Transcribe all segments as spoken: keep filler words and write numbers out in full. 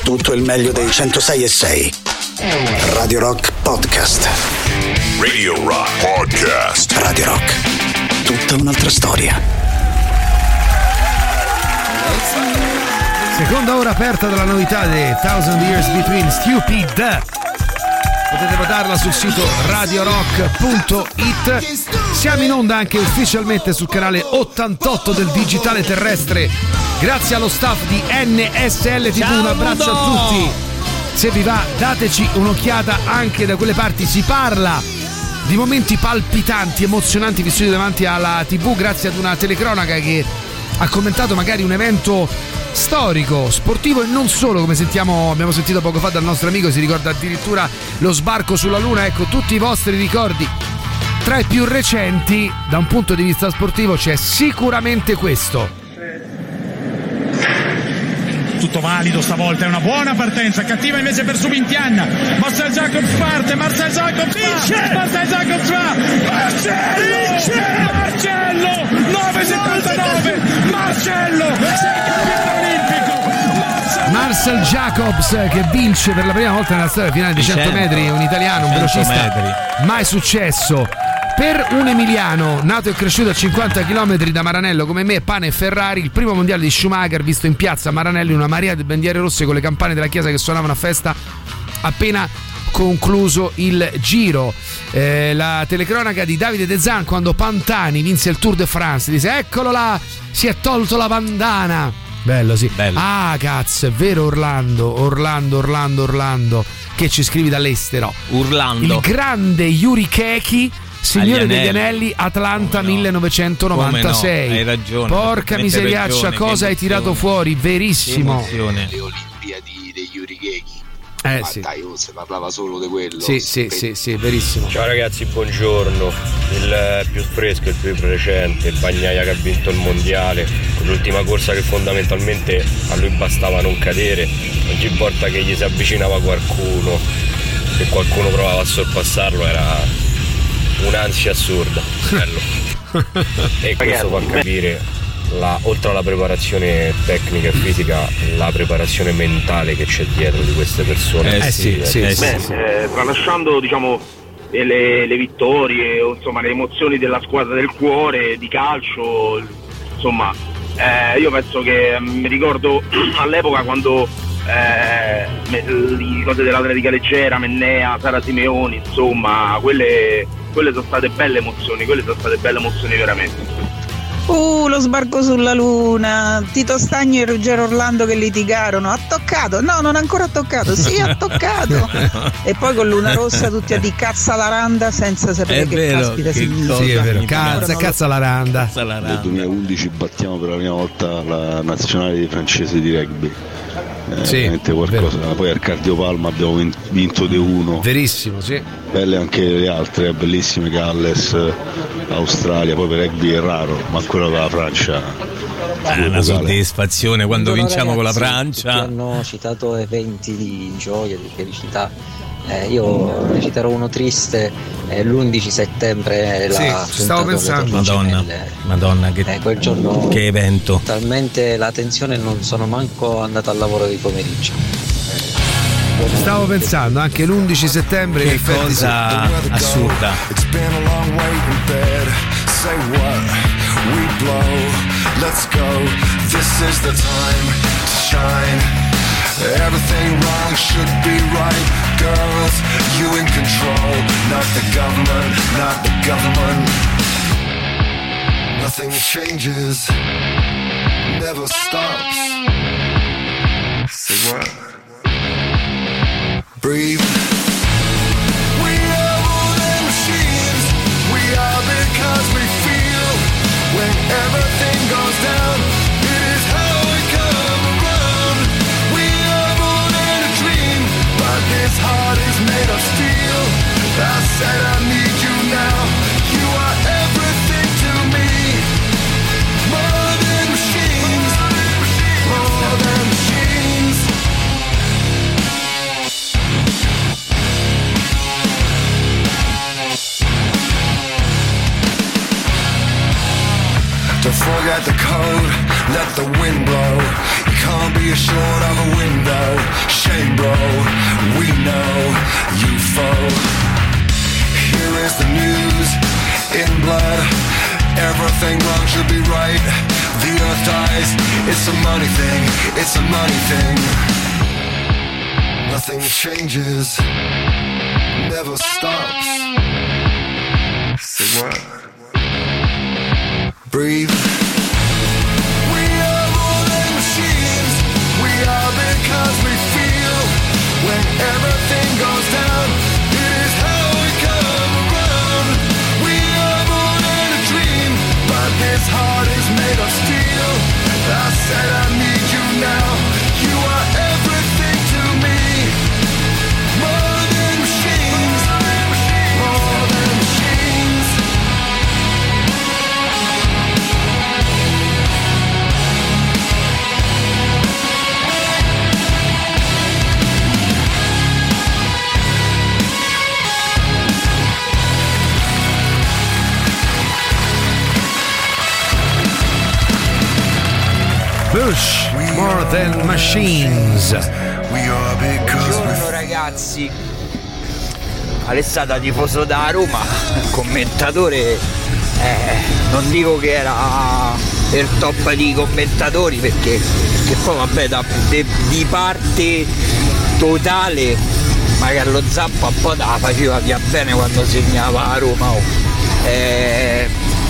tutto il meglio dei centosei e sei. Radio Rock Podcast. Radio Rock Podcast. Radio Rock. Tutta un'altra storia. Seconda ora aperta dalla novità di Thousand Years Between Stupid. Potete votarla sul sito radio rock punto it. Siamo in onda anche ufficialmente sul canale ottantotto del digitale terrestre. Grazie allo staff di N S L T V. Ciao, un abbraccio mondo. A tutti. Se vi va, dateci un'occhiata anche da quelle parti. Si parla di momenti palpitanti, emozionanti vissuti davanti alla tivù grazie ad una telecronaca che ha commentato magari un evento storico, sportivo e non solo, come sentiamo, abbiamo sentito poco fa dal nostro amico, si ricorda addirittura lo sbarco sulla Luna. Ecco, tutti i vostri ricordi. Tra i più recenti, da un punto di vista sportivo, c'è sicuramente questo. Tutto valido stavolta, è una buona partenza, cattiva invece per Subintian. Marcel Jacobs parte, Marcel Jacobs va, Marcel Jacobs va, Marcello, Marcello, nove settantanove, Marcello, sei campione olimpico. Marcel Jacobs che vince per la prima volta nella storia finale di cento metri, un italiano, un velocista metri. Mai successo. Per un emiliano nato e cresciuto a cinquanta chilometri da Maranello come me, pane e Ferrari, il primo mondiale di Schumacher visto in piazza a Maranello in una marea di bandiere rosse con le campane della chiesa che suonavano a festa appena concluso il giro. Eh, la telecronaca di Davide De Zan quando Pantani vinse il Tour de France, dice eccolo là, si è tolto la bandana. Bello, sì. Bello. Ah, cazzo, è vero, Orlando, Orlando, Orlando, Orlando, che ci scrivi dall'estero. Urlando. Il grande Yuri Keki, signore degli Anelli, Atlanta no. millenovecentonovantasei. No, hai ragione. Porca miseriaccia, ragione, cosa hai tirato fuori? Verissimo. Le Olimpiadi degli Yuri Keki. Eh Ma sì. dai, oh, si parlava solo di quello. Sì, sì, sì, sì, verissimo. Ciao ragazzi, buongiorno. Il più fresco, il più recente, il Bagnaia che ha vinto il mondiale, l'ultima corsa che fondamentalmente a lui bastava non cadere, ogni volta che gli si avvicinava qualcuno, che qualcuno provava a sorpassarlo, era un'ansia assurda. Bello. E questo fa capire La, oltre alla preparazione tecnica e fisica, la preparazione mentale che c'è dietro di queste persone. Eh sì, sì, Beh, sì, sì. Eh, tralasciando diciamo le, le vittorie o insomma le emozioni della squadra del cuore di calcio, insomma eh, io penso che mi ricordo all'epoca quando eh, le cose dell'atletica leggera, Mennea, Sara Simeoni, insomma quelle, quelle sono state belle emozioni, quelle sono state belle emozioni veramente. Uh, lo sbarco sulla Luna, Tito Stagno e Ruggero Orlando che litigarono. Ha toccato? No, non ha ancora toccato. Sì, ha toccato. E poi con Luna Rossa tutti a di cazza la randa senza sapere è che vero, caspita che significa. Sì, è vero. Cazza, cazza la randa. Nel duemilaundici battiamo per la prima volta la nazionale francese di rugby. Eh, sì, qualcosa. Poi al Cardiopalma abbiamo vinto di uno. Verissimo, sì. Belle anche le altre, bellissime, Galles, Australia, poi per rugby è raro, ma quello della Francia è una soddisfazione quando Buongiorno, vinciamo ragazzi, con la Francia. Tutti hanno citato eventi di gioia, di felicità. Eh, io ne citerò uno triste, eh, l'undici settembre sì, la stavo pensando. Madonna, Madonna che, eh, quel giorno che evento. Talmente la tensione, non sono manco andato al lavoro di pomeriggio. Eh, stavo pensando anche l'undici settembre, che cosa assurda. It's been a long wait in bed. Say what we blow. Let's go. This is the time to shine. Everything wrong should be right. Girls, you in control. Not the government, not the government. Nothing changes, never stops. Say what? Breathe. We are more than machines. We are because we feel. When everything goes down, it is how we come around. We are more than a dream, but this heart is made of steel. I said I need you now. You are everything to me. More than machines. More than machines. Don't forget the code, let the wind blow. You can't be assured of a window. It's a money thing, it's a money thing. Nothing changes, never stops. Say what? Breathe. We are more than machines. We are because we feel. When everything goes down, it is how we come around. We are more than a dream, but this heart is made of steel. I said I need you now. You are everything to me. More than machines. More than machines. Bush, More Than Machines. Buongiorno ragazzi, Alessandro tifoso da Roma, commentatore, eh, non dico che era il top di commentatori perché, perché poi vabbè da, de, di parte totale magari lo Zappa un po' la faceva via bene quando segnava a Roma. Oh. Eh,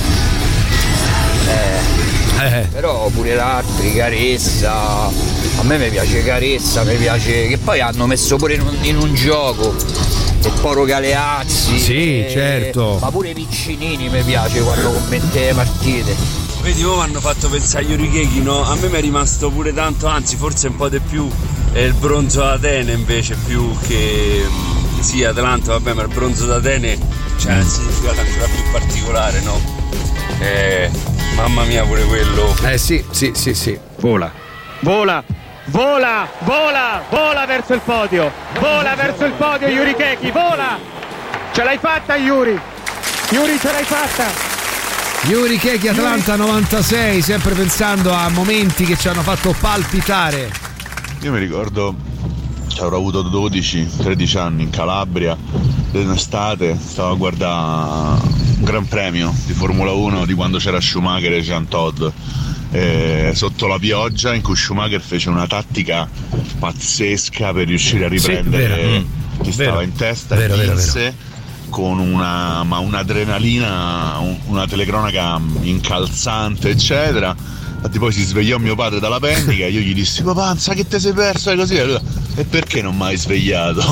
eh, Eh. Però pure l'altri, Caressa, a me mi piace Caressa, mi piace che poi hanno messo pure in un, in un gioco il Poro Galeazzi, sì, e, certo, ma pure Piccinini mi piace quando commenta le partite. Vedi, ora mi hanno fatto pensare agli Yurikeki, no? A me mi è rimasto pure tanto, anzi forse un po' di più è il bronzo d'Atene invece più che sì, Atalanta, vabbè, ma il bronzo d'Atene c'ha un significato ancora più particolare, no? Eh, mamma mia pure quello. Eh sì, sì, sì, sì. Vola. Vola. Vola, vola, vola verso il podio. Vola verso il podio Yurikeki, vola. Ce l'hai fatta Yuri. Yuri ce l'hai fatta. Yurikeki Atlanta novantasei, sempre pensando a momenti che ci hanno fatto palpitare. Io mi ricordo che avrò avuto dodici tredici anni in Calabria, l'estate, stavo a guardare un gran premio di Formula uno di quando c'era Schumacher e Jean Todt, eh, sotto la pioggia, in cui Schumacher fece una tattica pazzesca per riuscire a riprendere sì, vero. chi Vero. stava in testa, Vero, e vero, vinse vero. con una, ma un'adrenalina, un, una telecronaca incalzante, eccetera. Infatti poi si svegliò mio padre dalla pennica e io gli dissi: papà, non sa che te sei perso e così. E perché non mi hai svegliato?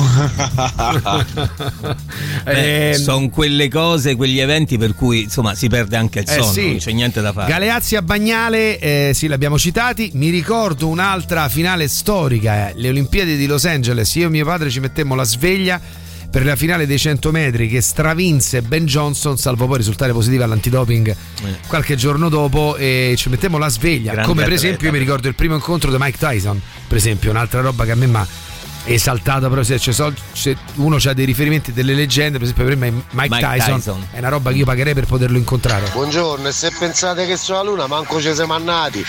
Eh, sono quelle cose, quegli eventi per cui insomma si perde anche il Eh sonno, sì. non c'è niente da fare. Galeazzi a Bagnale, eh, sì, l'abbiamo citati. Mi ricordo un'altra finale storica, eh, le Olimpiadi di Los Angeles. Io e mio padre ci mettemmo la sveglia per la finale dei cento metri che stravinse Ben Johnson, salvo poi risultare positivo all'antidoping eh. qualche giorno dopo, e ci mettemmo la sveglia. Grande come per atleta. esempio io mi ricordo il primo incontro di Mike Tyson, per esempio, un'altra roba che a me mi ha esaltato. Però se, c'è, se uno ha dei riferimenti, delle leggende, per esempio per me Mike, Mike Tyson, Tyson è una roba che io pagherei per poterlo incontrare. Buongiorno, e se pensate che sulla Luna manco ci siamo annati.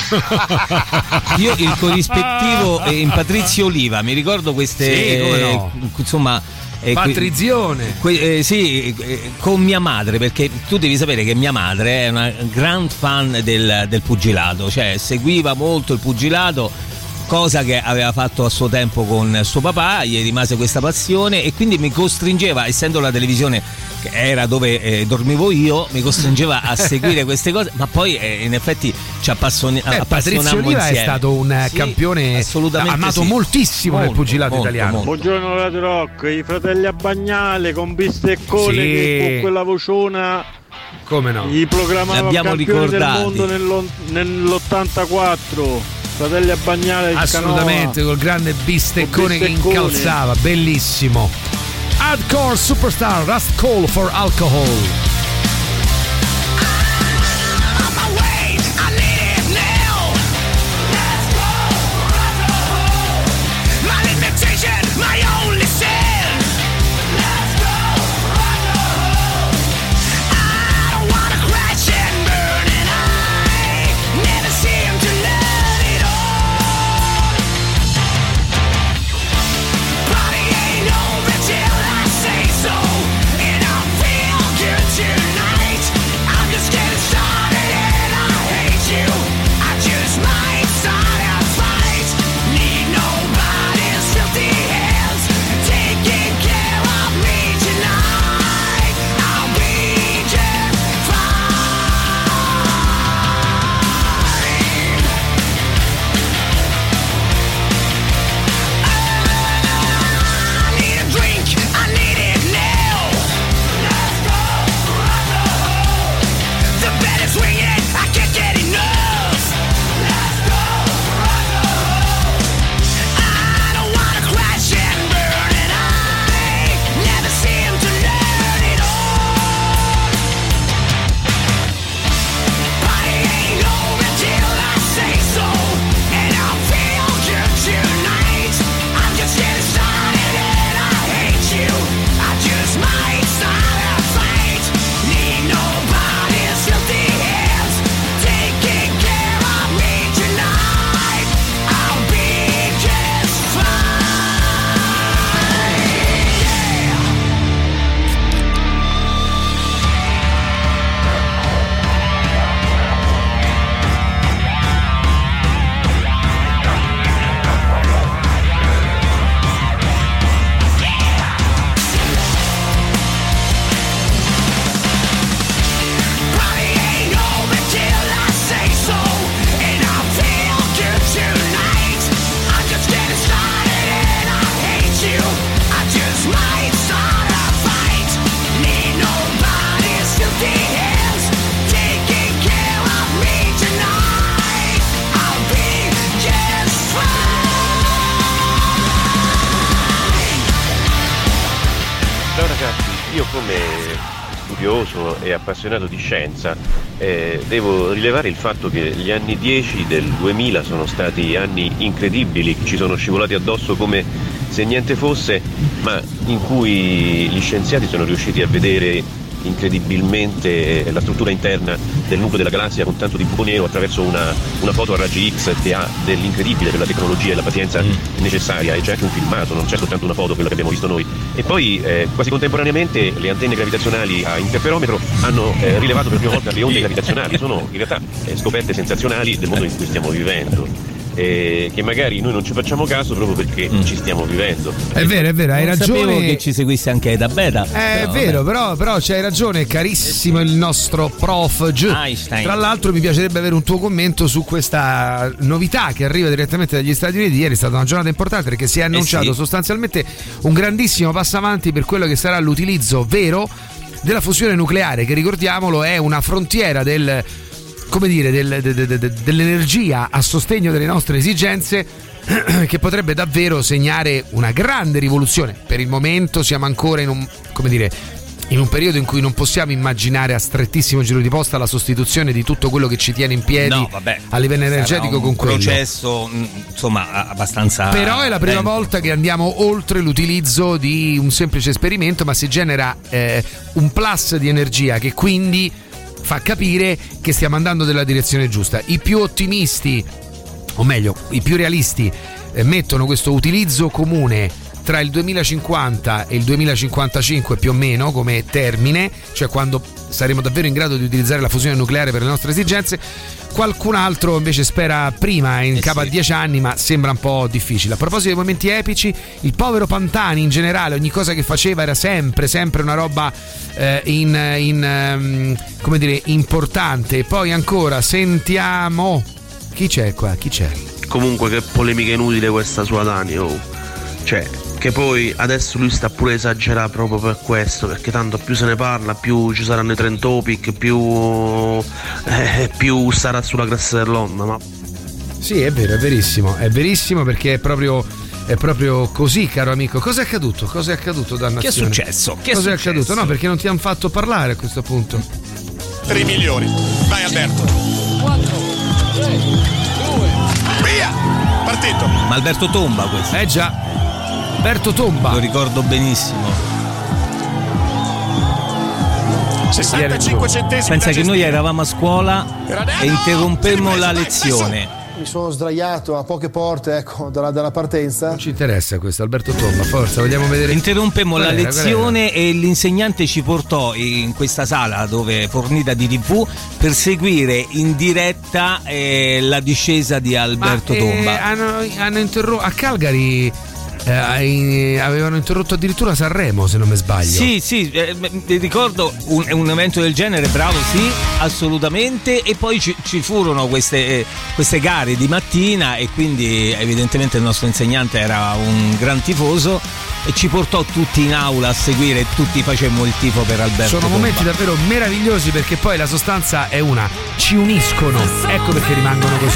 Io il corrispettivo in Patrizio Oliva, mi ricordo queste, Sì, come no. eh, insomma, eh, Patrizione. que- eh, sì, eh, con mia madre, perché tu devi sapere che mia madre è una grand fan del, del pugilato, cioè seguiva molto il pugilato, cosa che aveva fatto a suo tempo con suo papà, gli rimase questa passione e quindi mi costringeva, essendo la televisione che era dove eh, dormivo io, mi costringeva a seguire queste cose, ma poi eh, in effetti ci appassioni- Eh, appassionammo Patrizio Oliva insieme. è stato un Sì, campione assolutamente amato sì. moltissimo Molto, nel pugilato molto, italiano. molto. Buongiorno Radio Rock, i fratelli a Bagnale con bisteccone Sì. che con quella vociona Come no? gli programmava Li abbiamo campione del ricordati. mondo nello- nell'ottantaquattro. Fratelli a Bagnale il Assolutamente, Canoa. col grande bisteccone che bisteccone. incalzava, bellissimo. Hardcore Superstar, Last Call for Alcohol. Party ain't over till I say so, and I feel good too. io come studioso e appassionato di scienza eh, devo rilevare il fatto che gli anni dieci del duemila sono stati anni incredibili, ci sono scivolati addosso come se niente fosse, ma in cui gli scienziati sono riusciti a vedere incredibilmente la struttura interna del nucleo della galassia con tanto di buco nero attraverso una, una foto a raggi X che ha dell'incredibile per la tecnologia e la pazienza mm. necessaria, e c'è anche un filmato, non c'è soltanto una foto, quella che abbiamo visto noi. E poi eh, quasi contemporaneamente le antenne gravitazionali a interferometro hanno eh, rilevato per prima volta le onde gravitazionali, sono in realtà eh, scoperte sensazionali del mondo in cui stiamo vivendo. Eh, che magari noi non ci facciamo caso proprio perché mm. ci stiamo vivendo. È vero, è vero, hai non ragione. Sapevo che ci seguisse anche da beta. Eh, però, è vero, però, però c'hai ragione, carissimo il nostro prof G. Einstein. Tra l'altro mi piacerebbe avere un tuo commento su questa novità che arriva direttamente dagli Stati Uniti. Ieri è stata una giornata importante perché si è annunciato eh sì. sostanzialmente un grandissimo passo avanti per quello che sarà l'utilizzo vero della fusione nucleare, che ricordiamolo è una frontiera del come dire, del, de, de, de, dell'energia a sostegno delle nostre esigenze, che potrebbe davvero segnare una grande rivoluzione. Per il momento siamo ancora in un, come dire, in un periodo in cui non possiamo immaginare a strettissimo giro di posta la sostituzione di tutto quello che ci tiene in piedi no, vabbè, a livello energetico con quello. Un processo insomma abbastanza. Però è la prima lento. volta che andiamo oltre l'utilizzo di un semplice esperimento, ma si genera eh, un plus di energia che quindi fa capire che stiamo andando nella direzione giusta. I più ottimisti, o meglio, i più realisti, eh, mettono questo utilizzo comune tra il duemilacinquanta e il duemilacinquantacinque più o meno come termine, cioè quando saremo davvero in grado di utilizzare la fusione nucleare per le nostre esigenze. Qualcun altro invece spera prima, in eh capo sì. a dieci anni, ma sembra un po' difficile. A proposito dei momenti epici, il povero Pantani in generale, ogni cosa che faceva era sempre, sempre una roba eh, in, in um, come dire, importante. E poi ancora sentiamo chi c'è qua, chi c'è? Comunque che polemica inutile questa sua Dani, oh. Cioè, che poi adesso lui sta pure esagerando proprio per questo, perché tanto più se ne parla, più ci saranno i trend topic, più eh, più sarà sulla cresta dell'onda. Ma sì, è vero, è verissimo, è verissimo, perché è proprio è proprio così, caro amico. Cosa è accaduto? Cosa è accaduto, dannazione? Che è successo? Che è Cosa successo? è accaduto? No, perché non ti hanno fatto parlare a questo punto. tre milioni. Vai Alberto. quattro, tre, due, via! Partito. Ma Alberto Tomba questo. Eh già. Alberto Tomba. Lo ricordo benissimo. sessantacinque centesimi. Pensa che noi eravamo a scuola e interrompemmo la lezione. Mi sono sdraiato a poche porte, ecco, dalla, dalla partenza. Non ci interessa questo, Alberto Tomba, forza, vogliamo vedere. Interrompemmo Qual la era, lezione e l'insegnante ci portò in questa sala dove fornita di tivù per seguire in diretta eh, la discesa di Alberto Ma, Tomba. Eh, hanno, hanno interrotto a Calgary. Eh, avevano interrotto addirittura Sanremo, se non mi sbaglio. Sì, sì, eh, ricordo un, un evento del genere, bravo, sì, assolutamente. E poi ci, ci furono queste, eh, queste gare di mattina e quindi evidentemente il nostro insegnante era un gran tifoso e ci portò tutti in aula a seguire e tutti facemmo il tifo per Alberto Sono Tomba. momenti davvero meravigliosi, perché poi la sostanza è una, ci uniscono, ecco perché rimangono così.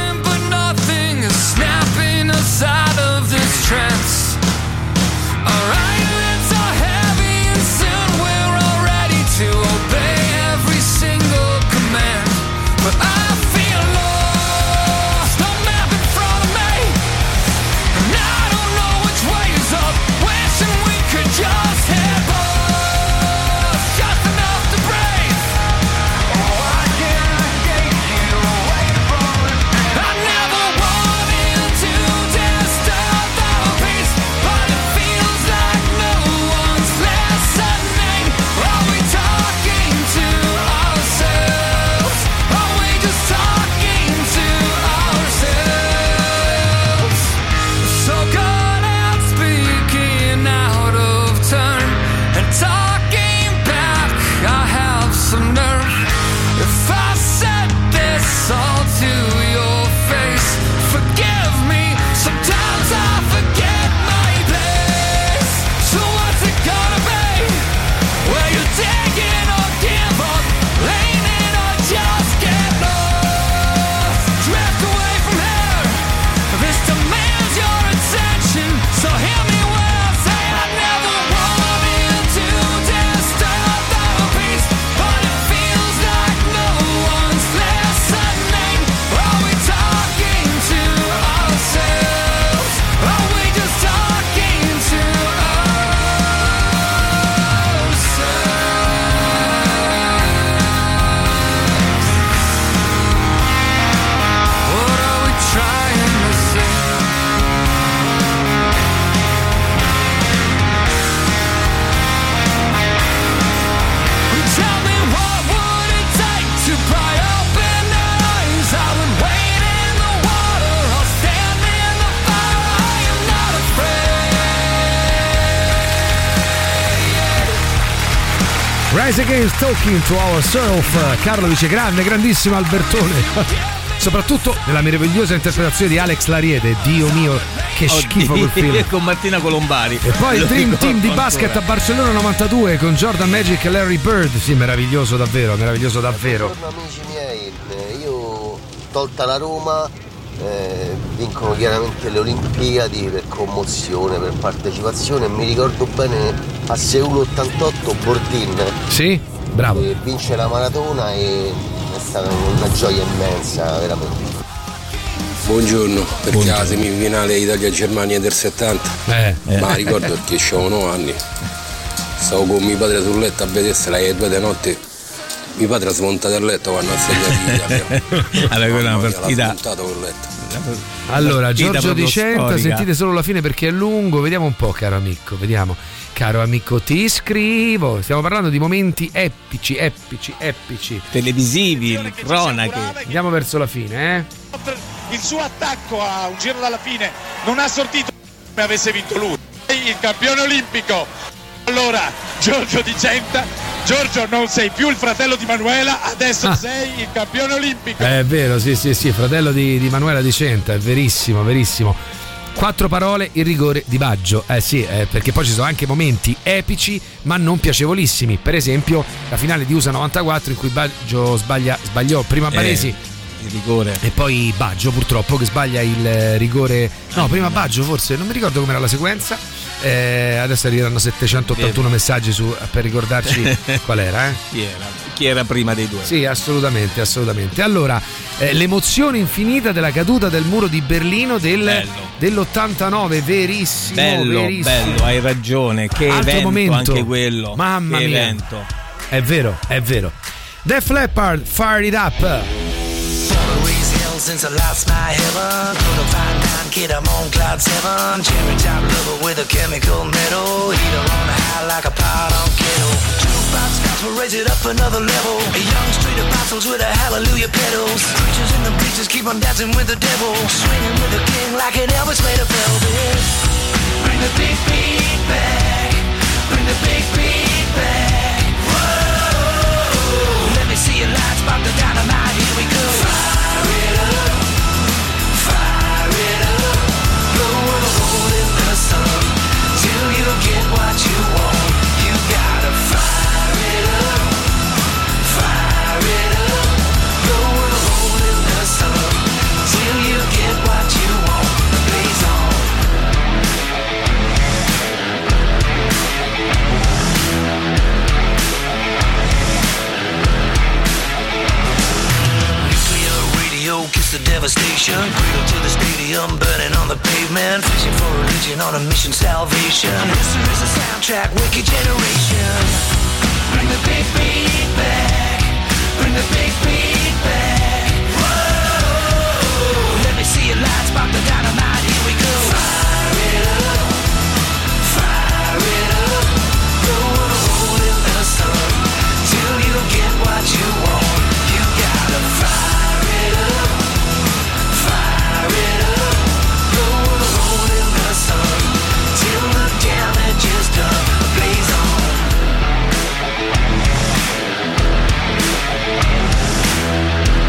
Trance. Our eyelids are heavy and soon we're all ready to obey every single command. But I feel lost, no map in front of me, and I don't know which way is up. Wishing we could just head both, just enough to breathe. Oh, I can't get you away from it. I Rise Against Talking to Ourself. Carlo dice grande, grandissimo Albertone. Soprattutto nella meravigliosa interpretazione di Alex Lariede. Dio mio, che Oddio, schifo quel film. con Martina Colombari. E poi il Lo Dream ricordo Team di ancora. basket a Barcellona novantadue con Jordan Magic e Larry Bird. Sì, meraviglioso davvero, meraviglioso davvero. Buongiorno amici miei, eh, io tolta la Roma eh, vincono chiaramente le Olimpiadi per commozione, per partecipazione. Mi ricordo bene a Seul ottantotto Bordin. Sì, bravo. Eh, vince la maratona e è stata una gioia immensa, veramente. Buongiorno, perché la semifinale Italia-Germania del settanta, eh, eh. ma ricordo perché c'avevo anni, stavo con mio padre sul letto a vedersela e due di notte mio padre ha smontato il letto quando ha segnato l'Italia. Allora, quella è una partita. L'ha smontato col letto. Allora, Partita Giorgio proprio Di Centa, storica. sentite solo la fine perché è lungo. Vediamo un po', caro amico, vediamo. Caro amico, ti scrivo. Stiamo parlando di momenti epici, epici, epici. Televisivi, cronache. Andiamo verso la fine, eh? Il suo attacco a un giro dalla fine non ha sortito come avesse vinto lui. Il campione olimpico. Allora, Giorgio Di Centa, Giorgio, non sei più il fratello di Manuela, adesso Ah. sei il campione olimpico. È vero, sì, sì, sì, fratello di, di Manuela Di Centa, è verissimo, verissimo. Quattro parole, il rigore di Baggio. Eh sì, eh, perché poi ci sono anche momenti epici ma non piacevolissimi. Per esempio la finale di U S A novantaquattro in cui Baggio sbaglia, sbagliò prima Baresi Eh, il rigore. e poi Baggio purtroppo che sbaglia il eh, rigore. No, prima Baggio forse, non mi ricordo com'era la sequenza. Eh, adesso arriveranno settecentottantuno messaggi su, per ricordarci qual era, eh? Chi era? Chi era prima dei due? Sì, assolutamente, assolutamente. Allora, eh, l'emozione infinita della caduta del muro di Berlino del, dell'ottantanove, verissimo, Bello, verissimo. bello, hai ragione. Che Altro evento momento. anche quello. Mamma che mia. evento. È vero, è vero. Def Leppard, Fire It Up. Since I lost my heaven, put a fine nine kid, I'm on cloud seven. Cherry top lover with a chemical metal, heater on high like a pot on kettle. Jukebox gospel, raise it up another level. A young street apostles with a hallelujah pedals. Preachers in the bleachers keep on dancing with the devil, swinging with the king like an Elvis made of velvet. Bring the big beat back, bring the big beat back. Whoa, let me see your lights, spark the dynamite, here we go. Fire it up, fire it up, blow a hole in the sun, till you get what you want. You gotta fire it up, fire it up, blow a hole in the sun, till you get what you want. Blaze on. Kiss the devastation, cradle to the stadium, burning on the pavement, fishing for religion on a mission, salvation. History's a soundtrack, wicked generation. Bring the big beat back, bring the big beat back. Whoa, let me see your lights, spark the dynamite, here we go. Fire it up, fire it up, blow a hole in the sun, till you get what you want. You gotta fire. Till the damage is done, blaze on.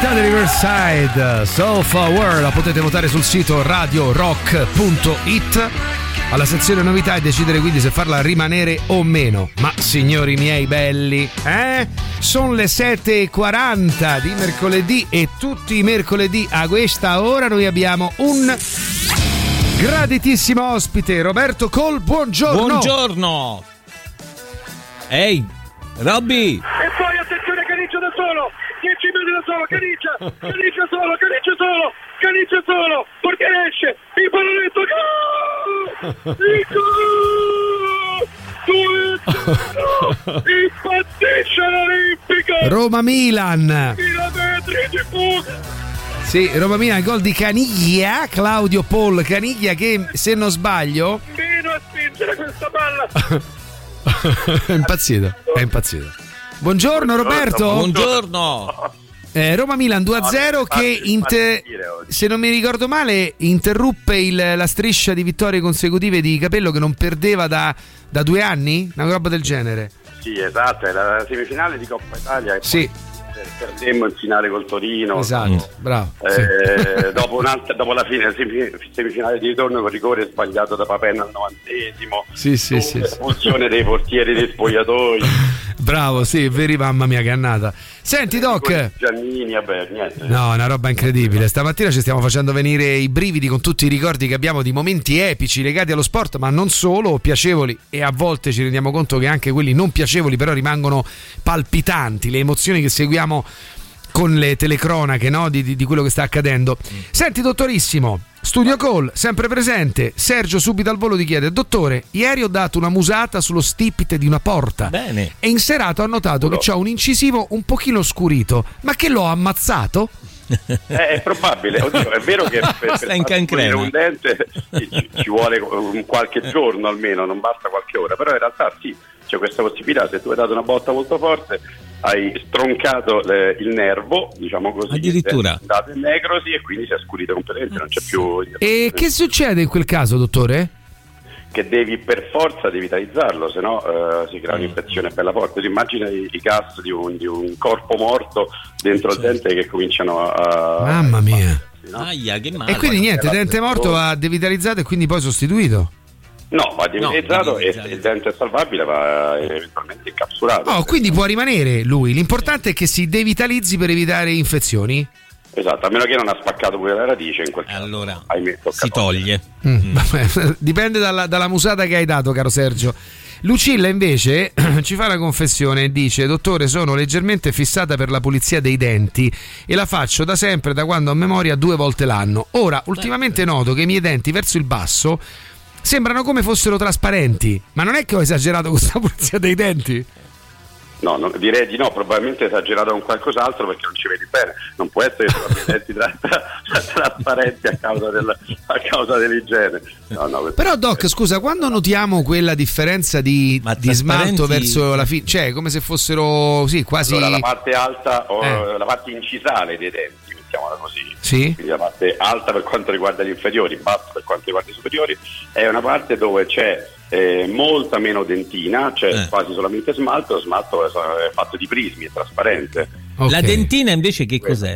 novità di Riverside, So Forward, la potete votare sul sito radio rock punto it alla sezione novità e decidere quindi se farla rimanere o meno. Ma signori miei belli, eh? Sono le sette e quaranta di mercoledì e tutti i mercoledì a questa ora noi abbiamo un graditissimo ospite, Roberto Cole. Buongiorno. Buongiorno. Ehi, Robby. E poi attenzione, Caniggia da solo, dieci metri da solo, Caniggia, Caniggia solo, Caniggia solo, Caniggia solo, portiere esce, il pallonetto, gol! Il gol! Impazzisce l'Olimpico! Roma-Milan. Chilometri di fuga! Sì, Roma-Milan, gol di Caniglia, Claudio Paul Caniglia che se non sbaglio... Fino a spingere questa palla! è impazzito, è impazzito. Buongiorno Roberto. Buongiorno. Eh, Roma-Milan due a zero che inter... se non mi ricordo male interruppe il, la striscia di vittorie consecutive di Capello che non perdeva da, da due anni, una roba del genere. Sì, esatto, è la semifinale di Coppa Italia e sì. Poi perdemmo in finale col Torino. Esatto, bravo. Eh, sì. dopo, un'altra, dopo la fine semifinale di ritorno con rigore sbagliato da Papenna al novantesimo. Sì, sì, sì. Espulsione dei portieri dei spogliatoi. Bravo, sì, veri, mamma mia che annata. Senti Doc. Giannini, vabbè, niente. No, una roba incredibile. Stamattina ci stiamo facendo venire i brividi con tutti i ricordi che abbiamo di momenti epici legati allo sport, ma non solo, piacevoli, e a volte ci rendiamo conto che anche quelli non piacevoli però rimangono palpitanti, le emozioni che seguiamo con le telecronache, no? di, di, di quello che sta accadendo. Mm. Senti dottorissimo, Studio Call, sempre presente. Sergio subito al volo ti chiede: dottore, ieri ho dato una musata sullo stipite di una porta. Bene. E in serata ho notato no. che c'ho un incisivo un pochino scurito, ma che l'ho ammazzato? Eh, è probabile. Oddio, è vero che per, per pulire un dente ci, ci vuole un qualche giorno almeno, non basta qualche ora, però in realtà sì, c'è questa possibilità. Se tu hai dato una botta molto forte, hai stroncato le, il nervo, diciamo così, addirittura è andato in necrosi e quindi si è scurito completamente, non c'è più. E che succede in quel caso, dottore? Che devi per forza devitalizzarlo, se no uh, si crea un'infezione bella forte. Tu immagina i, i gas di un, di un corpo morto dentro certo. il dente che cominciano a... Mamma mia! No? Aia, che male. E quindi niente, dente morto va devitalizzato e quindi poi sostituito? No, va devitalizzato no, e se il dente è salvabile va eventualmente incapsulato. Oh, quindi può rimanere lui, l'importante è che si devitalizzi per evitare infezioni? Esatto, a meno che non ha spaccato pure la radice, in quel caso allora ahimè, si toglie. Mm, vabbè, dipende dalla, dalla musata che hai dato, caro Sergio. Lucilla invece ci fa una confessione e dice: dottore, sono leggermente fissata per la pulizia dei denti e la faccio da sempre, da quando ho memoria, due volte l'anno. Ora, ultimamente noto che i miei denti verso il basso sembrano come fossero trasparenti, ma non è che ho esagerato con questa pulizia dei denti? No, no, direi di no, probabilmente esagerato con qualcos'altro perché non ci vedi bene, non può essere che tu abbia i denti tra, tra, tra, trasparenti a causa, del, a causa dell'igiene. No, no, però Doc, scusa, quando notiamo quella differenza di, di smalto verso la fine, cioè come se fossero sì, quasi... Allora, la parte alta o eh. la parte incisale dei denti, mettiamola così, sì? Quindi la parte alta per quanto riguarda gli inferiori, bassa per quanto riguarda i superiori, è una parte dove c'è Eh, molta meno dentina, cioè eh. quasi solamente smalto. Lo smalto è, è fatto di prismi, è trasparente. Okay. La dentina invece che cos'è?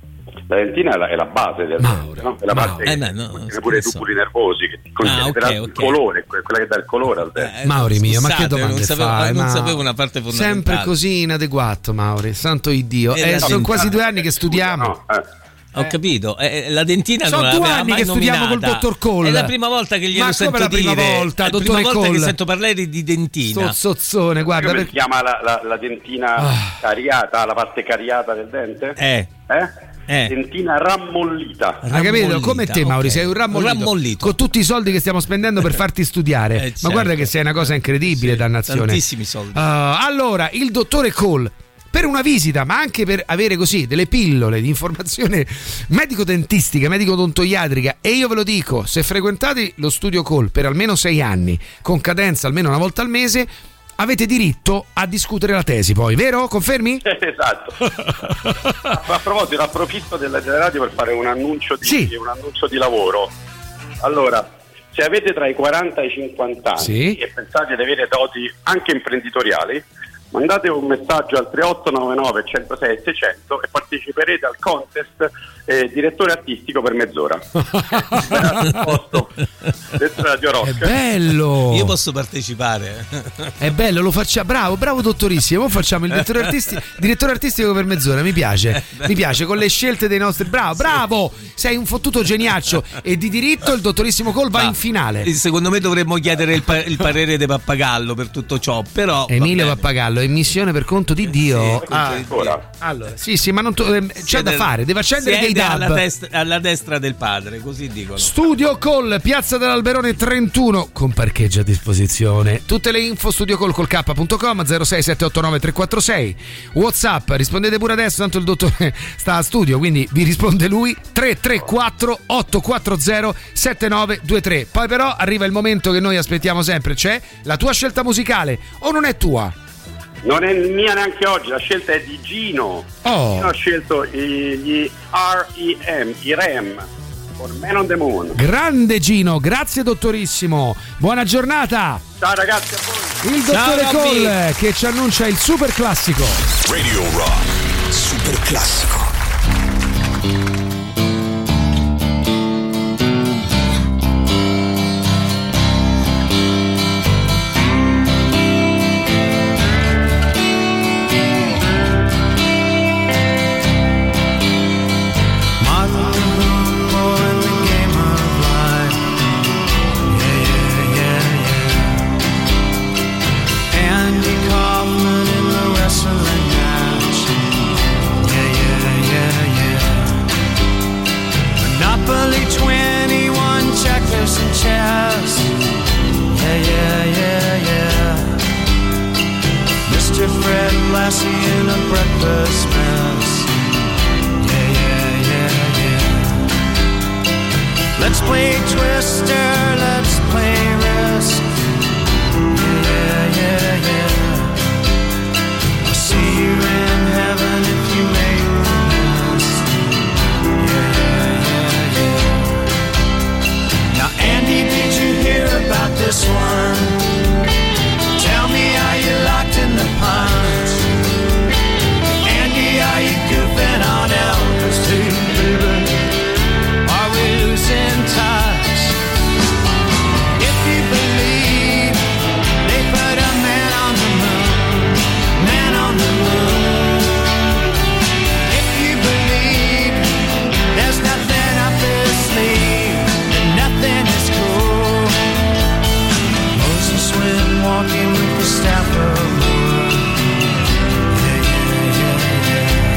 La dentina è la, è la base del dente, no? È la parte eh, che no, no, pure i tubuli nervosi che ah, okay, il okay. colore, quella che dà il colore al dente. Eh, Mauri mio, ma che domande non sapevo, fai? Non ma sapevo una parte fondamentale. Sempre così inadeguato, Mauri, santo Dio. Eh, sono quasi due anni che studiamo. No, eh. Ho capito, eh, la dentina sono non due anni mai che studiamo nominata. col dottor Cole. È la prima volta che glielo ma sento come la prima dire. volta, è la dottore prima volta Cole. che sento parlare di dentina. Stozzozzone, guarda, come per... si chiama la, la, la dentina ah. cariata, la parte cariata del dente? Eh. Eh? Eh. Dentina rammollita. Hai capito? Come te, Mauri, okay. Sei un rammollito, un rammollito con tutti i soldi che stiamo spendendo per farti studiare. Eh, certo. Ma guarda che sei una cosa incredibile, sì, dannazione. Tantissimi soldi. Uh, allora, il dottore Cole, per una visita, ma anche per avere così delle pillole di informazione medico-dentistica, medico-odontoiatrica, e io ve lo dico, se frequentate lo Studio Call per almeno sei anni, con cadenza almeno una volta al mese, avete diritto a discutere la tesi poi, vero? Confermi? Esatto. A proposito, approfitto della radio per fare un annuncio di, sì. un annuncio di lavoro. Allora, se avete tra i quaranta e i cinquanta anni, sì, e pensate di avere doti anche imprenditoriali, mandate un messaggio al tre otto nove nove uno zero sei seicento e parteciperete al contest eh, direttore artistico per mezz'ora. Radio Rock. È bello. Io posso partecipare. È bello, lo facciamo. Bravo, bravo dottorissimo. Ora facciamo il direttore artistico, direttore artistico per mezz'ora. Mi piace. Mi piace con le scelte dei nostri. Bravo, bravo. Sei un fottuto geniaccio. E di diritto il dottorissimo Cole va Ma, in finale. Secondo me dovremmo chiedere il, pa- il parere di Pappagallo per tutto ciò. Però Emilio Pappagallo, emissione per conto di Dio. Sì, ah, ancora. Allora, sì, sì, ma non to- eh, c'è da fare. Deve accendere dei dub. Alla, test- alla destra del padre, così dicono. Studio Call, Piazza dell'Alberone trentuno, con parcheggio a disposizione. Tutte le info studio call col k punto com, zero sei sette otto nove tre quattro sei. WhatsApp, rispondete pure adesso, tanto il dottore sta a studio, quindi vi risponde lui. Tre tre quattro otto quattro zero sette nove due tre. Poi però arriva il momento che noi aspettiamo sempre, c'è la tua scelta musicale o non è tua? Non è mia neanche oggi, la scelta è di Gino. Oh. Io ho scelto gli R E M, i R E M, for Man on the Moon. Grande Gino, grazie dottorissimo. Buona giornata. Ciao ragazzi, a voi. Il dottore Cole che ci annuncia il super classico. Radio Rock, super classico. Lassie in a breakfast mess. Yeah, yeah, yeah, yeah. Let's play Twister, let's play Risk. Yeah, yeah, yeah. I'll see you in heaven if you make the list. Yeah, yeah, yeah. Now, Andy, did you hear about this one? Tell me, are you locked in the pond? Andy, are you goofing on Elvis too, baby? Are we losing touch? If you believe they put a man on the moon, man on the moon. If you believe there's nothing up his sleeve, then nothing is cool. Moses went walking with the staff of wood. Yeah, yeah, yeah,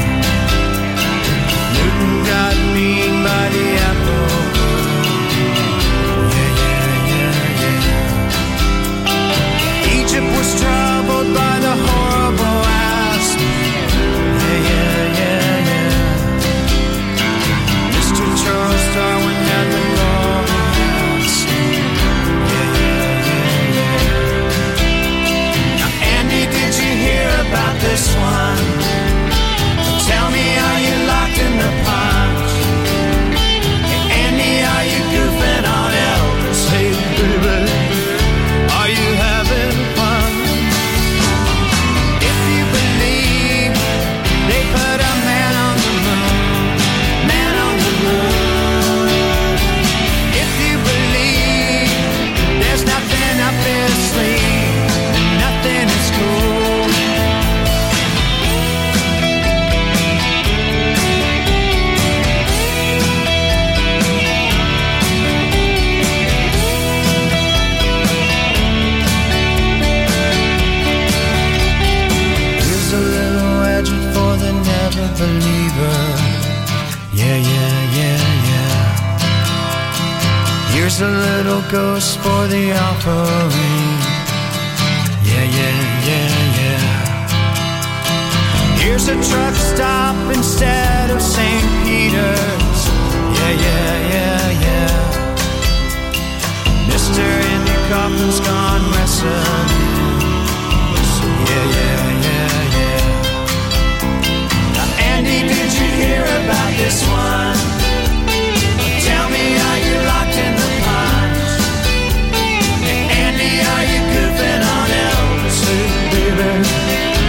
yeah. Newton got mean by the apple. Yeah, yeah, yeah, yeah. Egypt was troubled by the horrible asp. Yeah, yeah, yeah, yeah. Mister Charles Darwin had the golden ass. Yeah, yeah, yeah, yeah. Now, Andy, did you hear about this one? Tell me, are you locked in the pond? Hey, Andy, are you goofing on Elvis? Hey, baby, are you having fun? If you believe they put a man on the moon, man on the moon. If you believe there's nothing up his sleeve, then nothing is cool. Here's a little legend for the never believer. Yeah, yeah, yeah, yeah. Here's a little ghost for the offering. Yeah, yeah, yeah, yeah. Here's a truck stop instead of Saint Peter's. Yeah, yeah, yeah, yeah. Mister Andy Kaufman's gone wrestling. Yeah, yeah, yeah, yeah. Now, Andy, did you hear about this one? Tell me, are you locked in the pond? Hey, Andy, are you goofing on Elvis? Hey, baby,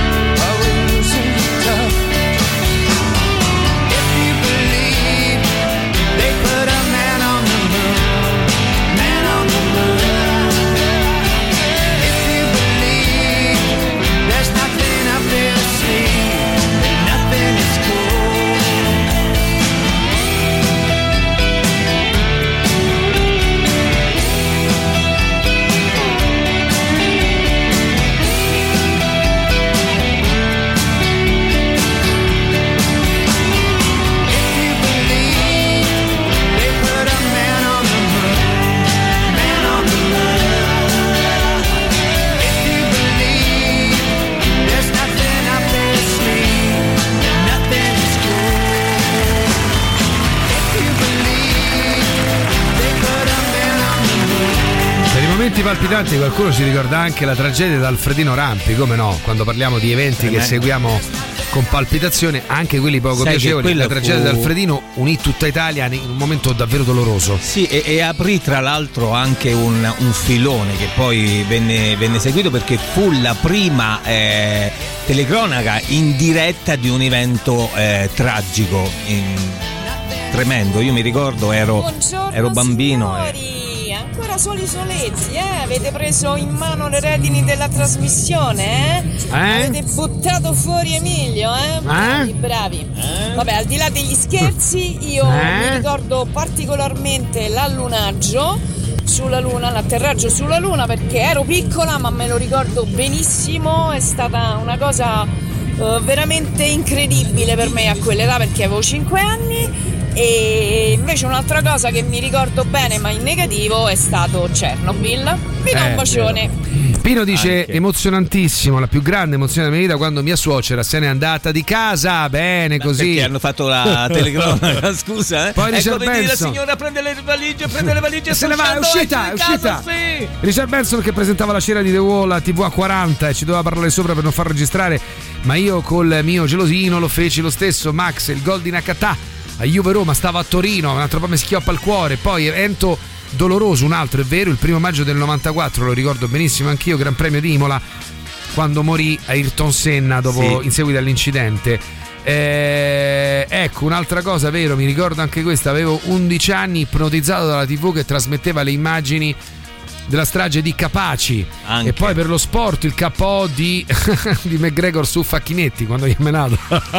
palpitanti qualcuno ci ricorda anche la tragedia di Alfredino Rampi, come no? Quando parliamo di eventi che seguiamo con palpitazione, anche quelli poco Sai piacevoli. La tragedia fu... di Alfredino unì tutta Italia in un momento davvero doloroso. Sì, e, e aprì tra l'altro anche un, un filone che poi venne, venne seguito, perché fu la prima eh, telecronaca in diretta di un evento eh, tragico, in, tremendo. Io mi ricordo, ero, ero bambino. Signori, ancora soli soletti, eh? Avete preso in mano le redini della trasmissione, eh? eh? Avete buttato fuori Emilio, eh? Bravi, eh? bravi. Eh? Vabbè, al di là degli scherzi, io eh? mi ricordo particolarmente l'allunaggio sulla Luna, l'atterraggio sulla Luna, perché ero piccola ma me lo ricordo benissimo. È stata una cosa uh, veramente incredibile per me a quell'età, perché avevo cinque anni. E invece un'altra cosa che mi ricordo bene ma in negativo è stato Chernobyl. Vi do Eh, un bacione. Pino dice emozionantissimo, la più grande emozione della mia vita quando mia suocera se n'è andata di casa. Bene, Ma così. perché hanno fatto la telecronaca, scusa, eh? Poi ecco, Richard vedi, la Benson. signora prende le valigie, prende le valigie e se ne va, è sta uscendo, uscita, è esce di uscita. casa, sì. Richard Benson che presentava la cena di The Wall a T V A quaranta e ci doveva parlare sopra per non far registrare, ma io col mio gelosino lo feci lo stesso. Max, il gol di Nakata a Juve Roma, stavo a Torino, un altro po' mi schioppa il cuore. Poi evento doloroso, un altro è vero, il primo maggio del novantaquattro, lo ricordo benissimo anch'io, Gran Premio di Imola, quando morì Ayrton Senna dopo, sì. in seguito all'incidente. Eh, ecco, un'altra cosa, vero, mi ricordo anche questa, avevo undici anni, ipnotizzato dalla tivù che trasmetteva le immagini della strage di Capaci. Anche. E poi per lo sport il K O di, di McGregor su Facchinetti quando gli è menato.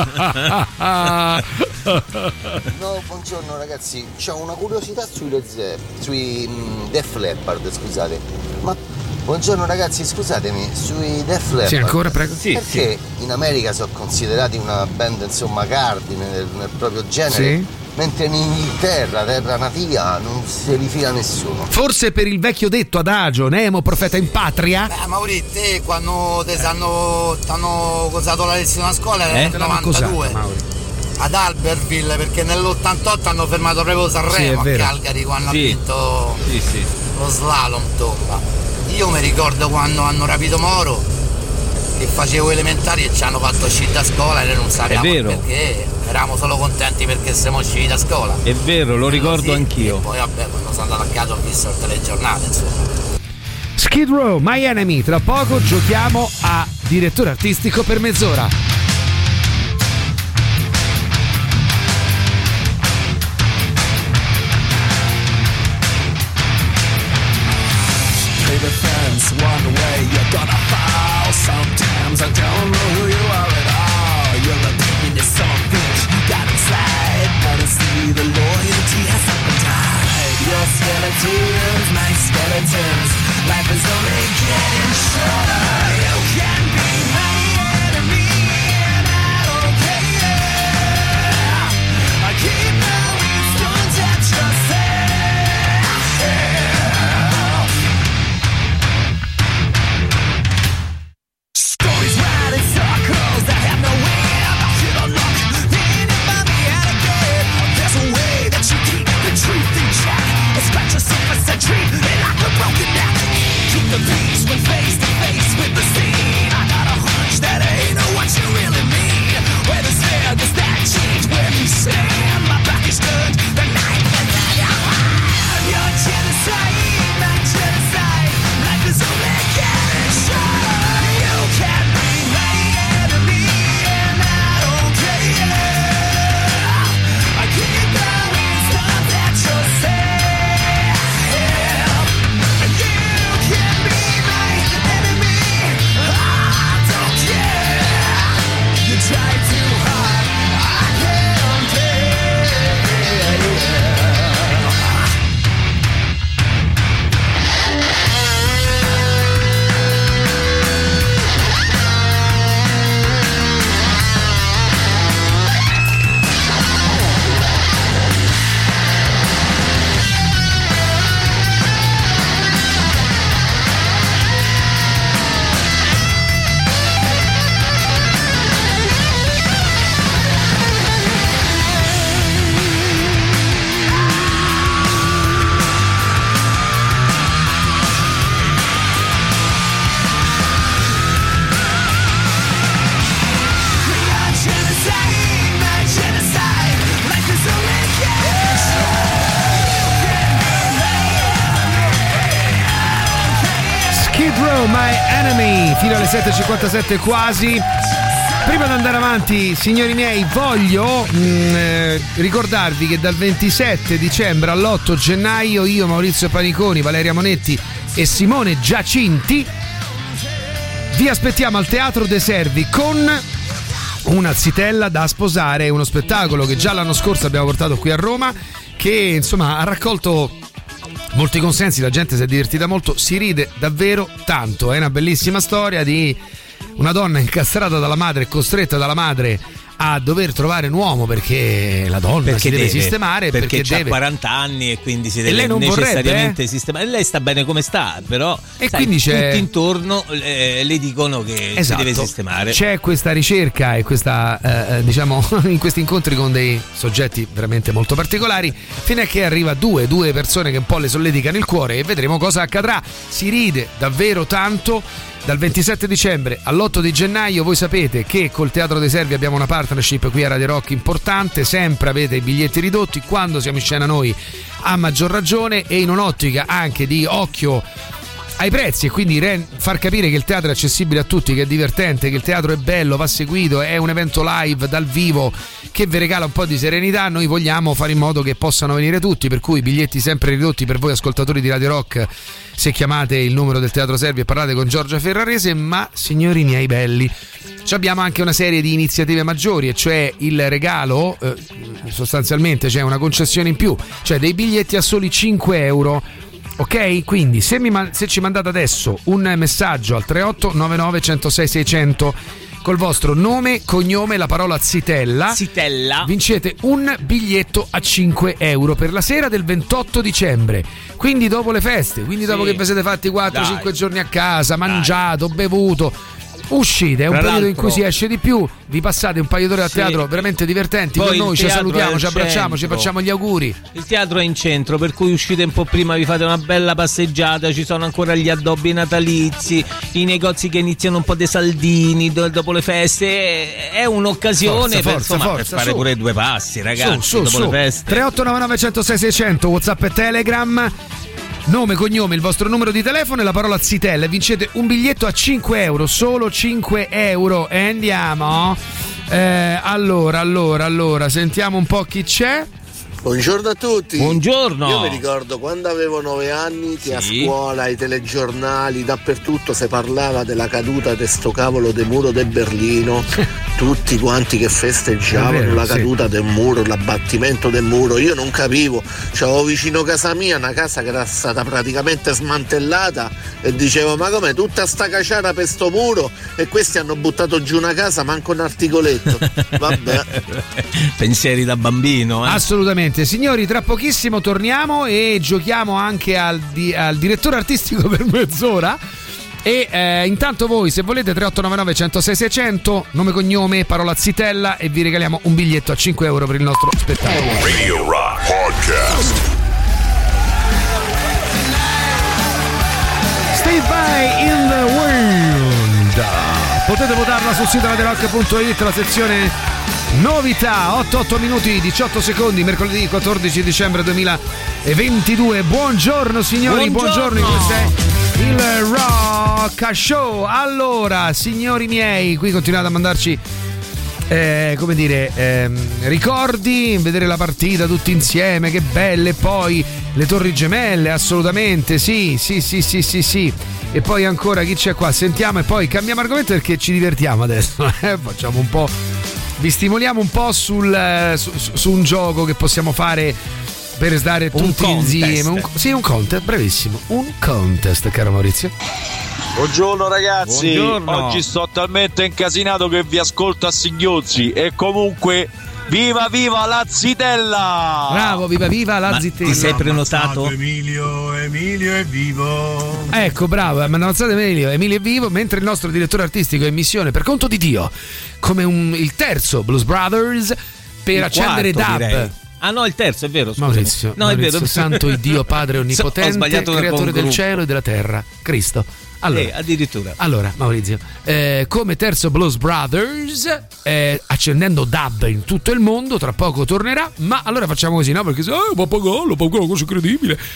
No, buongiorno ragazzi, c'ho una curiosità sui Led Zeppelin, sui mm, Def Leppard, scusate. Ma buongiorno ragazzi, scusatemi, sui Def Leppard. Sì, ancora, prego. Sì, perché sì. In America sono considerati una band insomma cardine nel, nel proprio genere. Sì. Mentre in Inghilterra, terra natia, non si rifila nessuno. Forse per il vecchio detto adagio, Nemo profeta in patria. Beh, Maurizio, te quando ti hanno usato la lezione a scuola era Eh? nel novantadue ad Albertville, perché nell'ottantotto hanno fermato proprio Sanremo, Sì, a Calgary, quando Sì. ha vinto Sì, sì. lo slalom tomba. Io mi ricordo quando hanno rapito Moro, che facevo elementari e ci hanno fatto uscire da scuola e noi non sapevamo È vero. perché, eravamo solo contenti perché siamo usciti da scuola. È vero, lo ricordo Così, anch'io. E poi vabbè, quando sono andato a casa ho visto il telegiornale, insomma. Skid Row, My Enemy, tra poco giochiamo a direttore artistico per mezz'ora. Play the fence, one way you're gonna fall. Sometimes I don't know who you are at all. Your opinion is something you got inside, but I see the loyalty has up and died. Your skeletons, my skeletons. Life is only getting shorter. You can be my enemy and I don't care. I keep knowing, don't touch yourself. Stories ride in circles that have no end. You don't look, then you find me out again. There's a way that you keep the truth in check. It's scratch yourself a century and like a broken neck. Skid Row, My Enemy, fino alle sette e cinquantasette quasi. Prima di andare avanti, signori miei, voglio mh, eh, ricordarvi che dal ventisette dicembre all'otto gennaio io, Maurizio Paniconi, Valeria Monetti e Simone Giacinti vi aspettiamo al Teatro De Servi con una zitella da sposare, uno spettacolo che già l'anno scorso abbiamo portato qui a Roma, che insomma ha raccolto molti consensi, la gente si è divertita molto, si ride davvero tanto, è una bellissima storia di una donna incastrata dalla madre, costretta dalla madre a dover trovare un uomo perché la donna perché si deve, deve sistemare perché, perché ha deve quaranta anni e quindi si deve lei non necessariamente vorrebbe, eh? sistemare. Lei sta bene come sta, però e sai, quindi c'è... tutti intorno eh, le dicono che esatto, si deve sistemare. C'è questa ricerca e questa eh, diciamo in questi incontri con dei soggetti veramente molto particolari, fino a che arriva due due persone che un po' le solleticano il cuore e vedremo cosa accadrà. Si ride davvero tanto. Dal ventisette dicembre all'otto di gennaio voi sapete che col Teatro dei Servi abbiamo una partnership qui a Radio Rock importante, sempre avete i biglietti ridotti, quando siamo in scena noi a maggior ragione, e in un'ottica anche di occhio ai prezzi e quindi re- far capire che il teatro è accessibile a tutti, che è divertente, che il teatro è bello, va seguito, è un evento live dal vivo che vi regala un po' di serenità. Noi vogliamo fare in modo che possano venire tutti, per cui biglietti sempre ridotti per voi ascoltatori di Radio Rock se chiamate il numero del Teatro Servi e parlate con Giorgia Ferrarese. Ma signori miei belli, ci abbiamo anche una serie di iniziative maggiori, e cioè il regalo, eh, sostanzialmente c'è una concessione in più, cioè dei biglietti a soli cinque euro. Ok, quindi se, mi, se ci mandate adesso un messaggio al tre otto nove nove uno zero sei sei zero zero col vostro nome, cognome, la parola zitella, zitella, vincete un biglietto a cinque euro per la sera del ventotto dicembre, quindi dopo le feste, quindi dopo sì, che vi siete fatti quattro cinque giorni a casa, mangiato, Dai. bevuto, uscite, è un Tra periodo in cui si esce di più, vi passate un paio d'ore a sì. teatro veramente divertenti. Poi con noi ci salutiamo, ci abbracciamo, ci facciamo gli auguri. Il teatro è in centro, per cui uscite un po' prima, vi fate una bella passeggiata, ci sono ancora gli addobbi natalizi, i negozi che iniziano un po' dei saldini dopo le feste, è un'occasione forza, per, forza, insomma, forza, per fare su. pure due passi, ragazzi, su, su, dopo su. le feste. tre otto nove nove uno zero sei sei zero zero, WhatsApp e Telegram, nome, cognome, il vostro numero di telefono e la parola zitella, e vincete un biglietto a cinque euro, solo cinque euro. E andiamo. Eh, allora, allora, allora, sentiamo un po' chi c'è. Buongiorno a tutti. Buongiorno. Io mi ricordo quando avevo nove anni che sì. a scuola, ai telegiornali, dappertutto si parlava della caduta di sto cavolo del muro di Berlino. Tutti quanti che festeggiavano vero, la caduta sì. del muro, l'abbattimento del muro. Io non capivo. C'avevo vicino casa mia una casa che era stata praticamente smantellata e dicevo: ma com'è tutta sta caciara per sto muro? E questi hanno buttato giù una casa, manco un articoletto. Vabbè. Pensieri da bambino, eh? Assolutamente. Signori, tra pochissimo torniamo e giochiamo anche al, di, al direttore artistico per mezz'ora. E eh, intanto voi, se volete, tre otto nove nove uno zero sei sei zero zero, nome, cognome, parola zitella, e vi regaliamo un biglietto a cinque euro per il nostro spettacolo. Radio Rock Podcast. Stay by in the world. Potete votarla sul sito radio rock punto it, la sezione novità. Otto otto minuti diciotto secondi, mercoledì quattordici dicembre duemilaventidue. Buongiorno signori, buongiorno, buongiorno. Questo è il Rock Show. Allora, signori miei, qui continuate a mandarci eh, come dire eh, ricordi, vedere la partita tutti insieme, che belle. Poi le Torri Gemelle, assolutamente sì, sì, sì, sì, sì, sì. E poi ancora chi c'è qua? Sentiamo e poi cambiamo argomento perché ci divertiamo adesso, eh? Facciamo un po', vi stimoliamo un po' sul, su, su un gioco che possiamo fare per stare un tutti contest. insieme. Un, sì, un contest, bravissimo. Un contest, caro Maurizio. Buongiorno ragazzi. Buongiorno. Oggi sto talmente incasinato che vi ascolto a singhiozzi. E comunque viva viva la zitella! Bravo, viva viva la Ma zitella. Ti sei prenotato? Emilio, Emilio è vivo. Ecco, bravo, mi hanno avanzato Emilio, Emilio è vivo, mentre il nostro direttore artistico è in missione per conto di Dio, come un, il terzo Blues Brothers, per il accendere quarto, dub. Direi. Ah no, il terzo, è vero, scusami. Maurizio, no, Maurizio, è vero. Santo il Dio Padre Onnipotente, creatore del cielo e della terra, Cristo. Allora, eh, addirittura. Allora, Maurizio, eh, come terzo Blues Brothers, eh, accendendo dub in tutto il mondo, tra poco tornerà, ma allora facciamo così, no? Perché se, eh, ma pagolo, pagolo, cosa incredibile.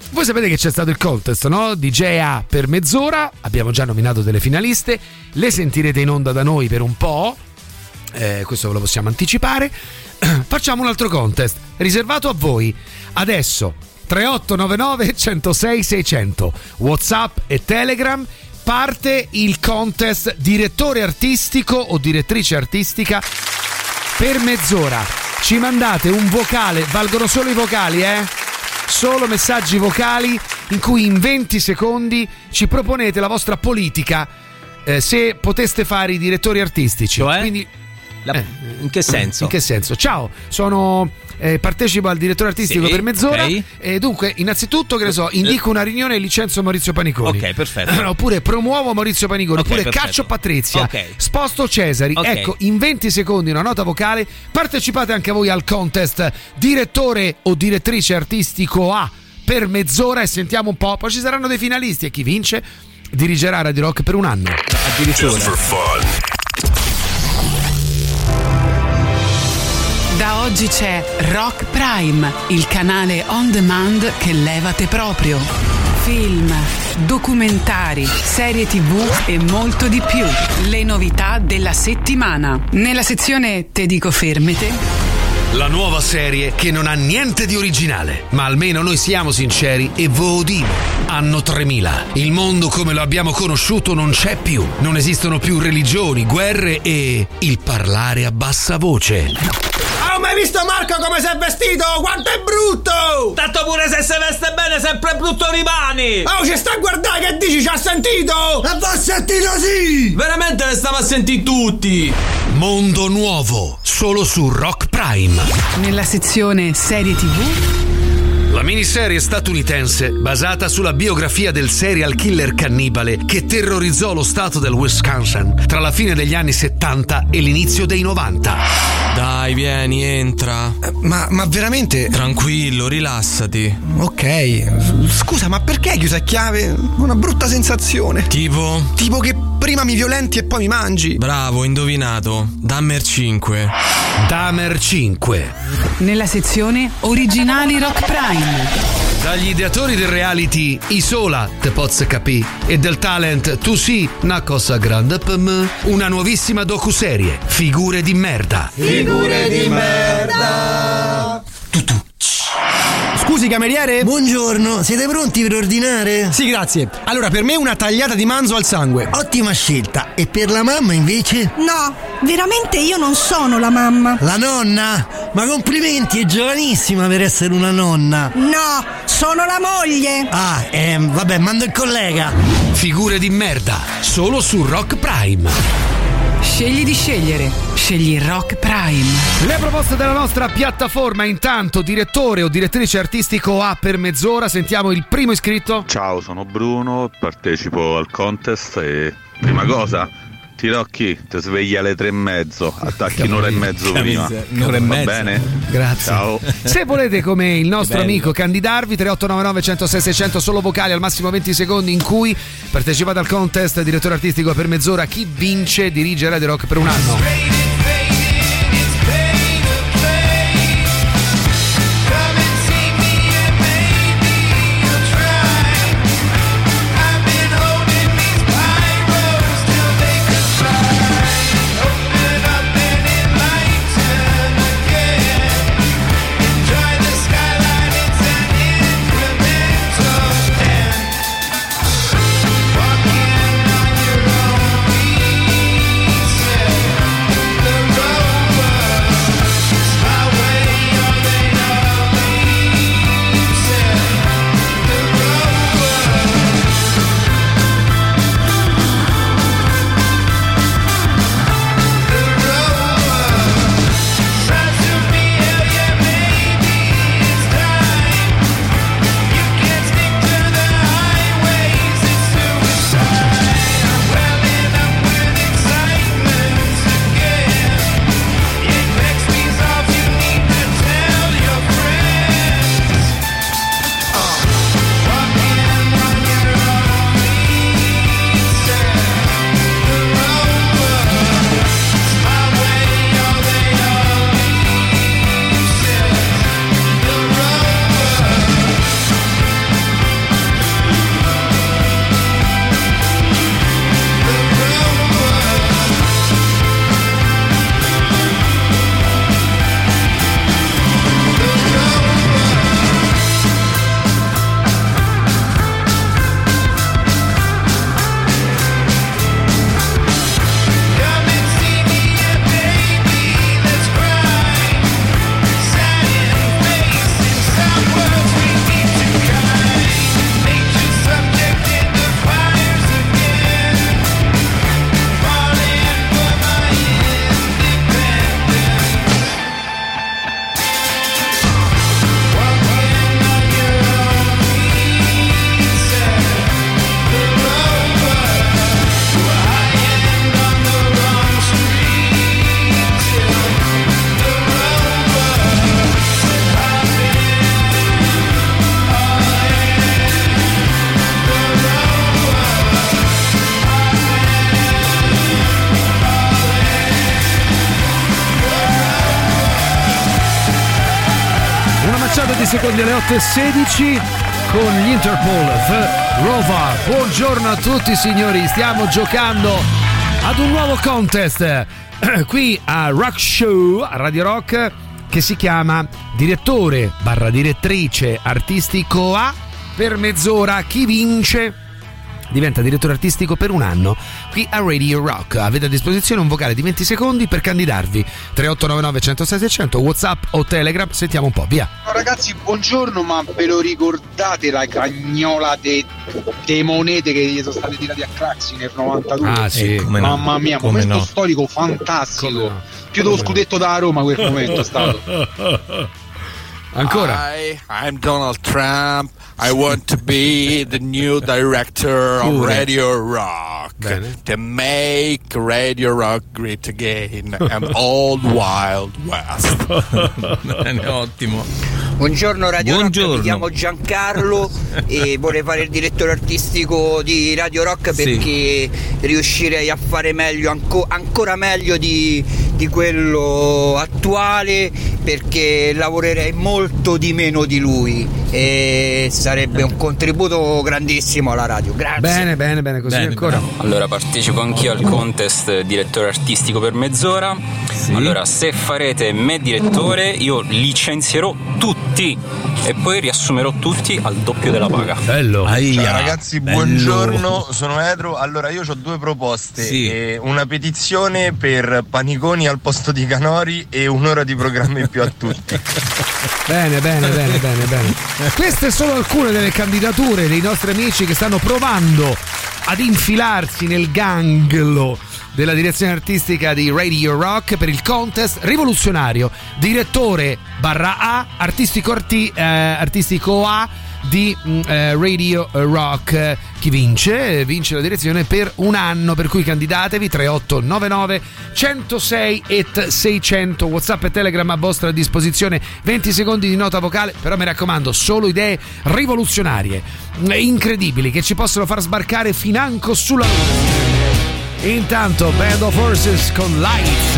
voi sapete che c'è stato il contest, no? D J A per mezz'ora, abbiamo già nominato delle finaliste, le sentirete in onda da noi per un po', eh, questo ve lo possiamo anticipare. Facciamo un altro contest riservato a voi. Adesso tre otto nove nove uno zero sei sei zero zero, WhatsApp e Telegram. Parte il contest direttore artistico o direttrice artistica per mezz'ora. Ci mandate un vocale, valgono solo i vocali, eh? Solo messaggi vocali in cui in venti secondi ci proponete la vostra politica, eh, se poteste fare i direttori artistici. Cioè? Quindi, La, eh, in che senso? In che senso? Ciao, sono eh, partecipo al direttore artistico Sì, per mezz'ora. ok. E dunque, innanzitutto, che ne so, indico una riunione e licenzio Maurizio Paniconi. Ok, perfetto. Oppure promuovo Maurizio Paniconi. Ok, oppure perfetto. caccio Patrizia. Ok. Sposto Cesari. Ok. Ecco, in venti secondi una nota vocale. Partecipate anche voi al contest direttore o direttrice artistico A per mezz'ora e sentiamo un po'. Poi ci saranno dei finalisti e chi vince dirigerà Radio Rock per un anno. Just for fun. Da oggi c'è Rock Prime, il canale on demand che levate proprio. Film, documentari, serie tivù e molto di più. Le novità della settimana. Nella sezione Te dico fermete. La nuova serie che non ha niente di originale, ma almeno noi siamo sinceri e ve lo dico. Anno tremila. Il mondo come lo abbiamo conosciuto non c'è più. Non esistono più religioni, guerre e il parlare a bassa voce. Hai mai visto Marco come si è vestito? Quanto è brutto! Tanto pure se si veste bene, sempre brutto rimani! Oh, ci sta a guardare, che dici? Ci ha sentito? E va sentito sì! Veramente le stava a sentire tutti! Mondo nuovo, solo su Rock Prime. Nella sezione serie tivù. La miniserie statunitense basata sulla biografia del serial killer cannibale che terrorizzò lo stato del Wisconsin tra la fine degli anni settanta e l'inizio dei novanta. Dai, vieni, entra. Ma, ma veramente? Tranquillo, rilassati. Ok. Scusa, ma perché hai chiuso a chiave? Una brutta sensazione. Tipo? Tipo che prima mi violenti e poi mi mangi. Bravo, indovinato. Dahmer cinque. Dahmer cinque. Nella sezione originali Rock Prime. Dagli ideatori del reality Isola te pozze capì e del talent Tu sì, una cosa grande per me, una nuovissima docuserie Figure di merda. Figure di merda. Scusi cameriere? Buongiorno, siete pronti per ordinare? Sì, grazie. Allora, per me una tagliata di manzo al sangue. Ottima scelta. E per la mamma invece? No, veramente io non sono la mamma. La nonna? Ma complimenti, è giovanissima per essere una nonna. No, sono la moglie. Ah, ehm, vabbè, mando il collega. Figure di merda, solo su Rock Prime. Scegli di scegliere. Scegli Rock Prime. Le proposte della nostra piattaforma. Intanto, direttore o direttrice artistico A per mezz'ora. Sentiamo il primo iscritto. Ciao, sono Bruno, partecipo al contest e prima cosa, Tirocchi, ti svegli alle tre e mezzo, attacchi un'ora e mezzo prima. Un'ora e mezzo. Va bene? Grazie. Ciao. Se volete, come il nostro Che bello. amico, candidarvi, tre otto nove nove uno zero sei sei zero zero, solo vocali al massimo venti secondi in cui partecipate al contest direttore artistico per mezz'ora. Chi vince dirige Radio Rock per un anno. secondi alle otto e sedici con gli Interpol The Rover. Buongiorno a tutti signori, stiamo giocando ad un nuovo contest eh, qui a Rock Show, a Radio Rock, che si chiama Direttore barra direttrice artistico A. Per mezz'ora chi vince diventa direttore artistico per un anno qui a Radio Rock. Avete a disposizione un vocale di venti secondi per candidarvi. Tre otto nove nove uno zero sei sei zero zero, WhatsApp o Telegram. Sentiamo un po', via. No, ragazzi, buongiorno, ma ve lo ricordate la cagnola de, de monete che gli sono state tirate a Craxi nel novantadue? Ah sì, eh, mamma mia, un momento no. storico fantastico. No. Più dello scudetto da Roma quel momento è stato. Ancora. Hi, I'm Donald Trump. I want to be the new director of Radio Rock. Bene. To make Radio Rock great again and old Wild West. Bene, ottimo. Buongiorno Radio Buongiorno. Rock, mi chiamo Giancarlo e vorrei fare il direttore artistico di Radio Rock perché sì. riuscirei a fare meglio, anco, ancora meglio di, di quello attuale, perché lavorerei molto di meno di lui e sarebbe un contributo grandissimo alla radio. Grazie. Bene, bene, bene, così bene, ancora. Bene. Allora partecipo anch'io al contest direttore artistico per mezz'ora. Sì. Allora, se farete me direttore, io licenzierò tutti e poi riassumerò tutti al doppio della paga. Bello. Ciao ragazzi, bello. Buongiorno, sono Edro. Allora io ho due proposte, sì. eh, una petizione per Paniconi al posto di Canori e un'ora di programma in più a tutti. Bene, bene, bene, bene, bene. Queste sono alcune delle candidature dei nostri amici che stanno provando ad infilarsi nel ganglo della direzione artistica di Radio Rock per il contest rivoluzionario direttore barra A artistico, arti, eh, artistico A di eh, Radio Rock. Chi vince? Vince la direzione per un anno, per cui candidatevi. Tre otto nove nove uno zero sei sei zero zero, WhatsApp e Telegram a vostra disposizione. Venti secondi di nota vocale, però mi raccomando, solo idee rivoluzionarie, incredibili, che ci possono far sbarcare financo sulla luna. Intanto Band of Horses con Lights.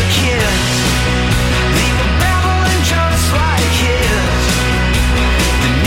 The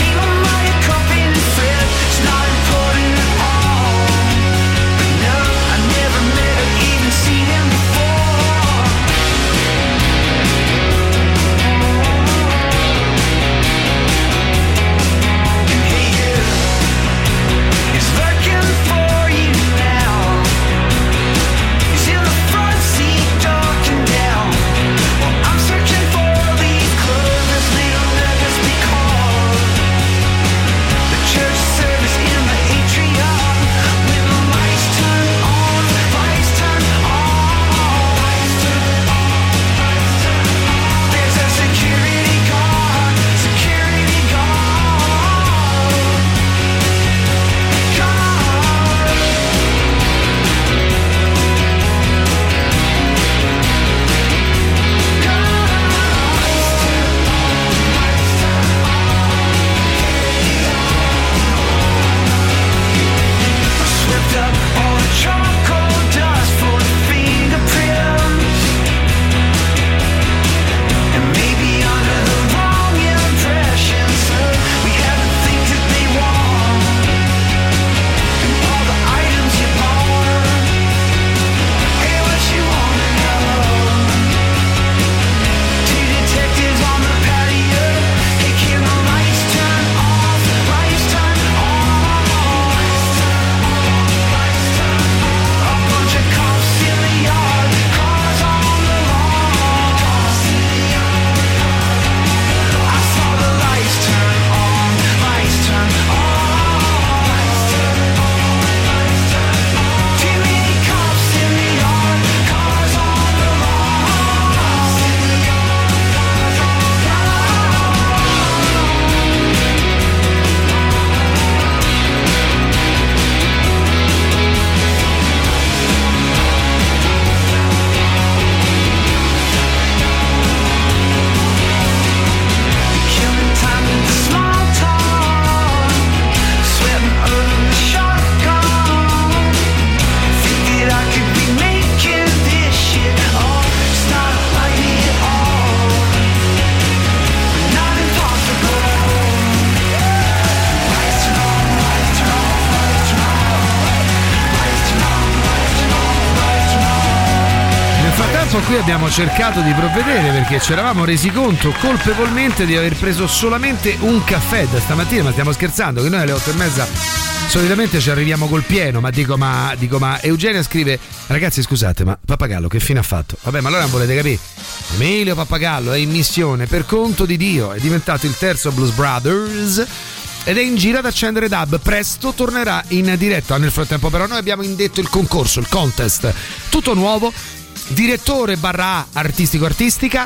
cui abbiamo cercato di provvedere, perché ci eravamo resi conto colpevolmente di aver preso solamente un caffè da stamattina. Ma stiamo scherzando, che noi alle otto e mezza solitamente ci arriviamo col pieno. Ma dico ma, dico, ma Eugenia scrive: ragazzi scusate, ma Pappagallo che fine ha fatto? Vabbè, ma allora non volete capire? Emilio Pappagallo è in missione per conto di Dio, è diventato il terzo Blues Brothers ed è in giro ad accendere dub. Presto tornerà in diretta. Nel frattempo però noi abbiamo indetto il concorso, il contest, tutto nuovo, direttore barra artistico artistica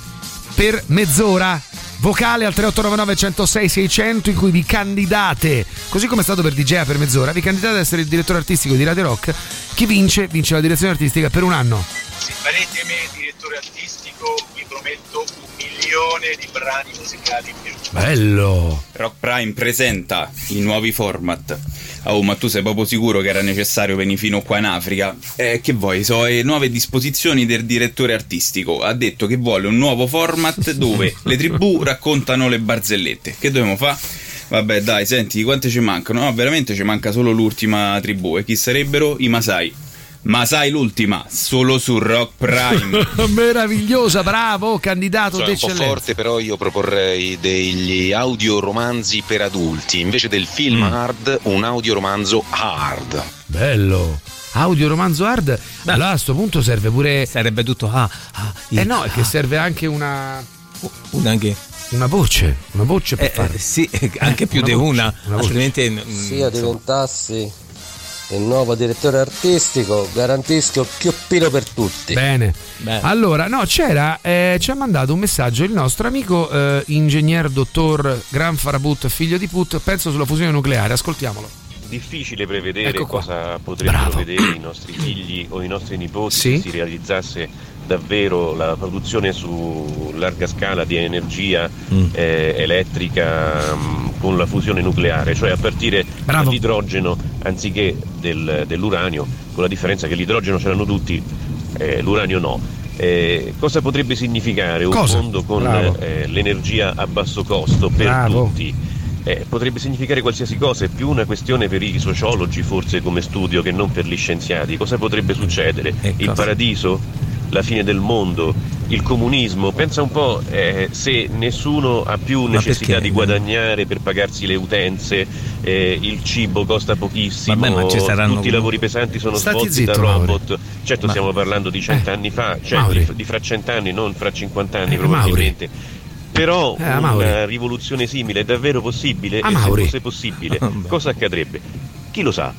per mezz'ora, vocale al tre otto nove nove uno zero sei sei zero zero, in cui vi candidate, così come è stato per D J per mezz'ora, vi candidate ad essere il direttore artistico di Radio Rock. Chi vince vince la direzione artistica per un anno. Se farete me direttore artistico vi prometto un milione di brani musicali in più. Bello. Rock Prime presenta i nuovi format. Oh, ma tu sei proprio sicuro che era necessario venire fino qua in Africa? Eh, che vuoi? Sono le nuove disposizioni del direttore artistico. Ha detto che vuole un nuovo format dove le tribù raccontano le barzellette. Che dobbiamo fare? Vabbè, dai, senti, quante ci mancano? No, veramente ci manca solo l'ultima tribù. E chi sarebbero? I Masai. Ma sai l'ultima, solo su Rock Prime. Meravigliosa, bravo, candidato Cioè, d'eccellenza. un po' forte, però io proporrei degli audioromanzi per adulti. Invece del film Mm. hard, un audioromanzo hard. Bello. Audio romanzo hard. Allora a sto punto serve pure. Sarebbe tutto ah, ah Eh no, è che serve anche una. Una che? Una voce. Una voce per Eh, farlo. eh, sì, anche più una di voce, una. una voce. Altrimenti. mm, Se io diventassi il nuovo direttore artistico, garantisco chioppino per tutti. Bene. Allora, no, c'era, eh, ci ha mandato un messaggio il nostro amico eh, ingegner dottor Gran Farabut, figlio di Put, penso sulla fusione nucleare. Ascoltiamolo. Difficile prevedere Ecco qua. cosa potrebbero Bravo. vedere i nostri figli o i nostri nipoti Sì. se si realizzasse davvero la produzione su larga scala di energia Mm. eh, elettrica mh, con la fusione nucleare, cioè a partire Bravo. dall'idrogeno anziché del- dell'uranio, con la differenza che l'idrogeno ce l'hanno tutti, eh, l'uranio no. Eh, cosa potrebbe significare un Cosa? mondo con Bravo. eh, l'energia a basso costo per Bravo. tutti? Eh, potrebbe significare qualsiasi cosa, è più una questione per i sociologi forse come studio che non per gli scienziati. Cosa potrebbe succedere? Il paradiso? La fine del mondo? Il comunismo? Pensa un po', eh, se nessuno ha più necessità perché? di guadagnare per pagarsi le utenze, eh, il cibo costa pochissimo, Vabbè, ma ci saranno tutti i comunque- lavori pesanti sono Stati svolti zitto, da Mauri. robot. Certo, Ma- stiamo parlando di cent'anni fa, cioè Mauri. di, di fra cent'anni, non fra cinquant'anni Eh, probabilmente. Però Eh, una Mauri. rivoluzione simile è davvero possibile? Ah, e se Mauri. fosse possibile, cosa accadrebbe? Chi lo sa?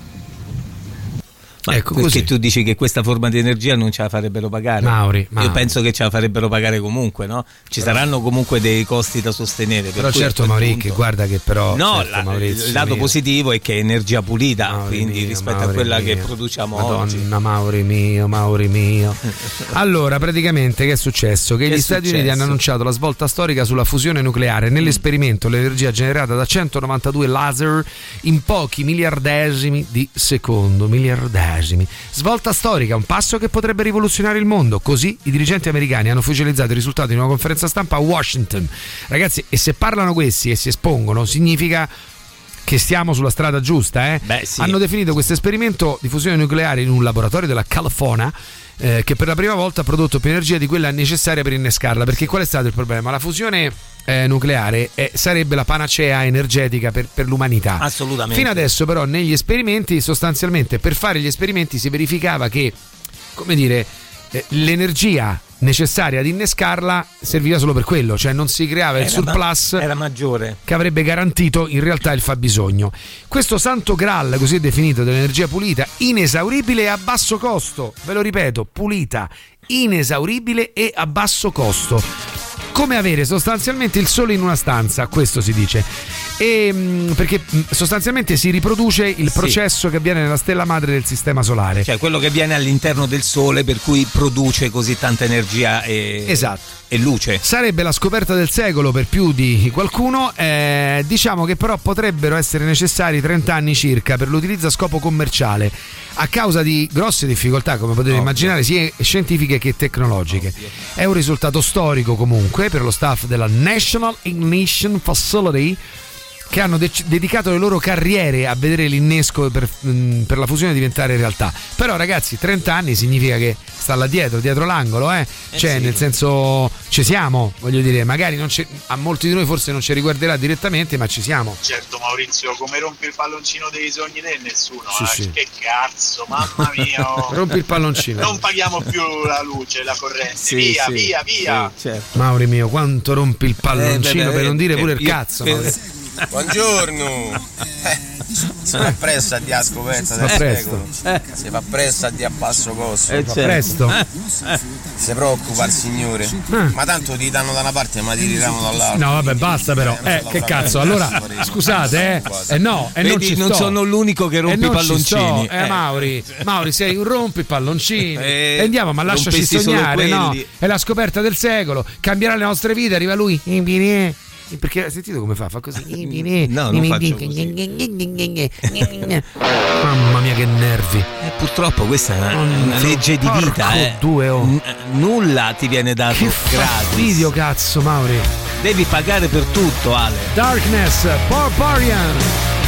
Ma Ecco, perché così. tu dici che questa forma di energia non ce la farebbero pagare? Mauri, Mauri. Io penso che ce la farebbero pagare comunque, no? Ci saranno comunque dei costi da sostenere. per Però cui a certo quel Mauri, punto- che guarda che però No, certo, la- Maurizio il lato mio. positivo è che è energia pulita, Mauri quindi mio, rispetto Mauri a quella mio. che produciamo Madonna, oggi. Mauri mio, Mauri mio. Allora, praticamente che è successo? Che Che gli è Stati successo? Uniti hanno annunciato la svolta storica sulla fusione nucleare. Nell'esperimento l'energia generata da centonovantadue laser in pochi miliardesimi di secondo. Miliardesimi. Svolta storica, un passo che potrebbe rivoluzionare il mondo. Così i dirigenti americani hanno ufficializzato i risultati in una conferenza stampa a Washington. Ragazzi, e se parlano questi e si espongono, significa che stiamo sulla strada giusta, eh? Beh, sì. Hanno definito questo esperimento di fusione nucleare in un laboratorio della California, eh, che per la prima volta ha prodotto più energia di quella necessaria per innescarla. Perché qual è stato il problema? La fusione eh, nucleare eh, sarebbe la panacea energetica per, per l'umanità. Assolutamente. Fino adesso però negli esperimenti, sostanzialmente per fare gli esperimenti si verificava che, come dire, eh, l'energia necessaria ad innescarla serviva solo per quello, cioè non si creava il Era ma- surplus era maggiore. che avrebbe garantito in realtà il fabbisogno. Questo santo graal così definito dell'energia pulita, inesauribile e a basso costo, ve lo ripeto, pulita, inesauribile e a basso costo, come avere sostanzialmente il sole in una stanza, questo si dice. E, mh, perché mh, sostanzialmente si riproduce il Sì. processo che avviene nella stella madre del sistema solare. Cioè quello che viene all'interno del Sole, per cui produce così tanta energia e, Esatto. e luce. Sarebbe la scoperta del secolo per più di qualcuno, eh, diciamo che però potrebbero essere necessari trenta anni circa per l'utilizzo a scopo commerciale, a causa di grosse difficoltà, come potete Ovvio. immaginare, sia scientifiche che tecnologiche. È un risultato storico comunque per lo staff della National Ignition Facility, che hanno de- dedicato le loro carriere a vedere l'innesco per, mh, per la fusione diventare realtà. Però ragazzi, trenta anni significa che sta là dietro, dietro l'angolo, eh? eh cioè sì. Nel senso ci siamo, voglio dire, magari non ci, a molti di noi forse non ci riguarderà direttamente, ma ci siamo. Certo Maurizio, come rompi il palloncino dei sogni di nessuno, sì, eh? sì. Che cazzo, mamma mia. Rompi il palloncino. Non paghiamo più la luce, la corrente, sì, via, sì, via, via. Sì, certo. Mauri mio, quanto rompi il palloncino, eh, beh, beh, per non dire pure eh, il cazzo. io, Buongiorno. Si fa presto a dia scoperta del secolo. Eh. Si fa presto a dia a passo costo. Eh, certo. Presto. Eh. Si preoccupa il signore. Eh. Ma tanto ti danno da una parte e ma ti tirano dall'altra. No, vabbè, basta però. Eh, che cazzo. Allora, scusate, eh. Eh no, e eh, non ci non sto. sono l'unico che rompe i palloncini. Eh, eh, Mauri, Mauri, sei un rompi palloncini. Eh, e andiamo, ma lasciaci sognare, no? È la scoperta del secolo. Cambierà le nostre vite, arriva lui. Perché hai sentito come fa? Fa così. No, non faccio così. Mamma mia, che nervi. Eh, purtroppo questa è una, una legge di vita. Eh. Due, oh. N- nulla ti viene dato che gratis. Video cazzo, Mauri. Devi pagare per tutto, Ale. Darkness, Barbarian.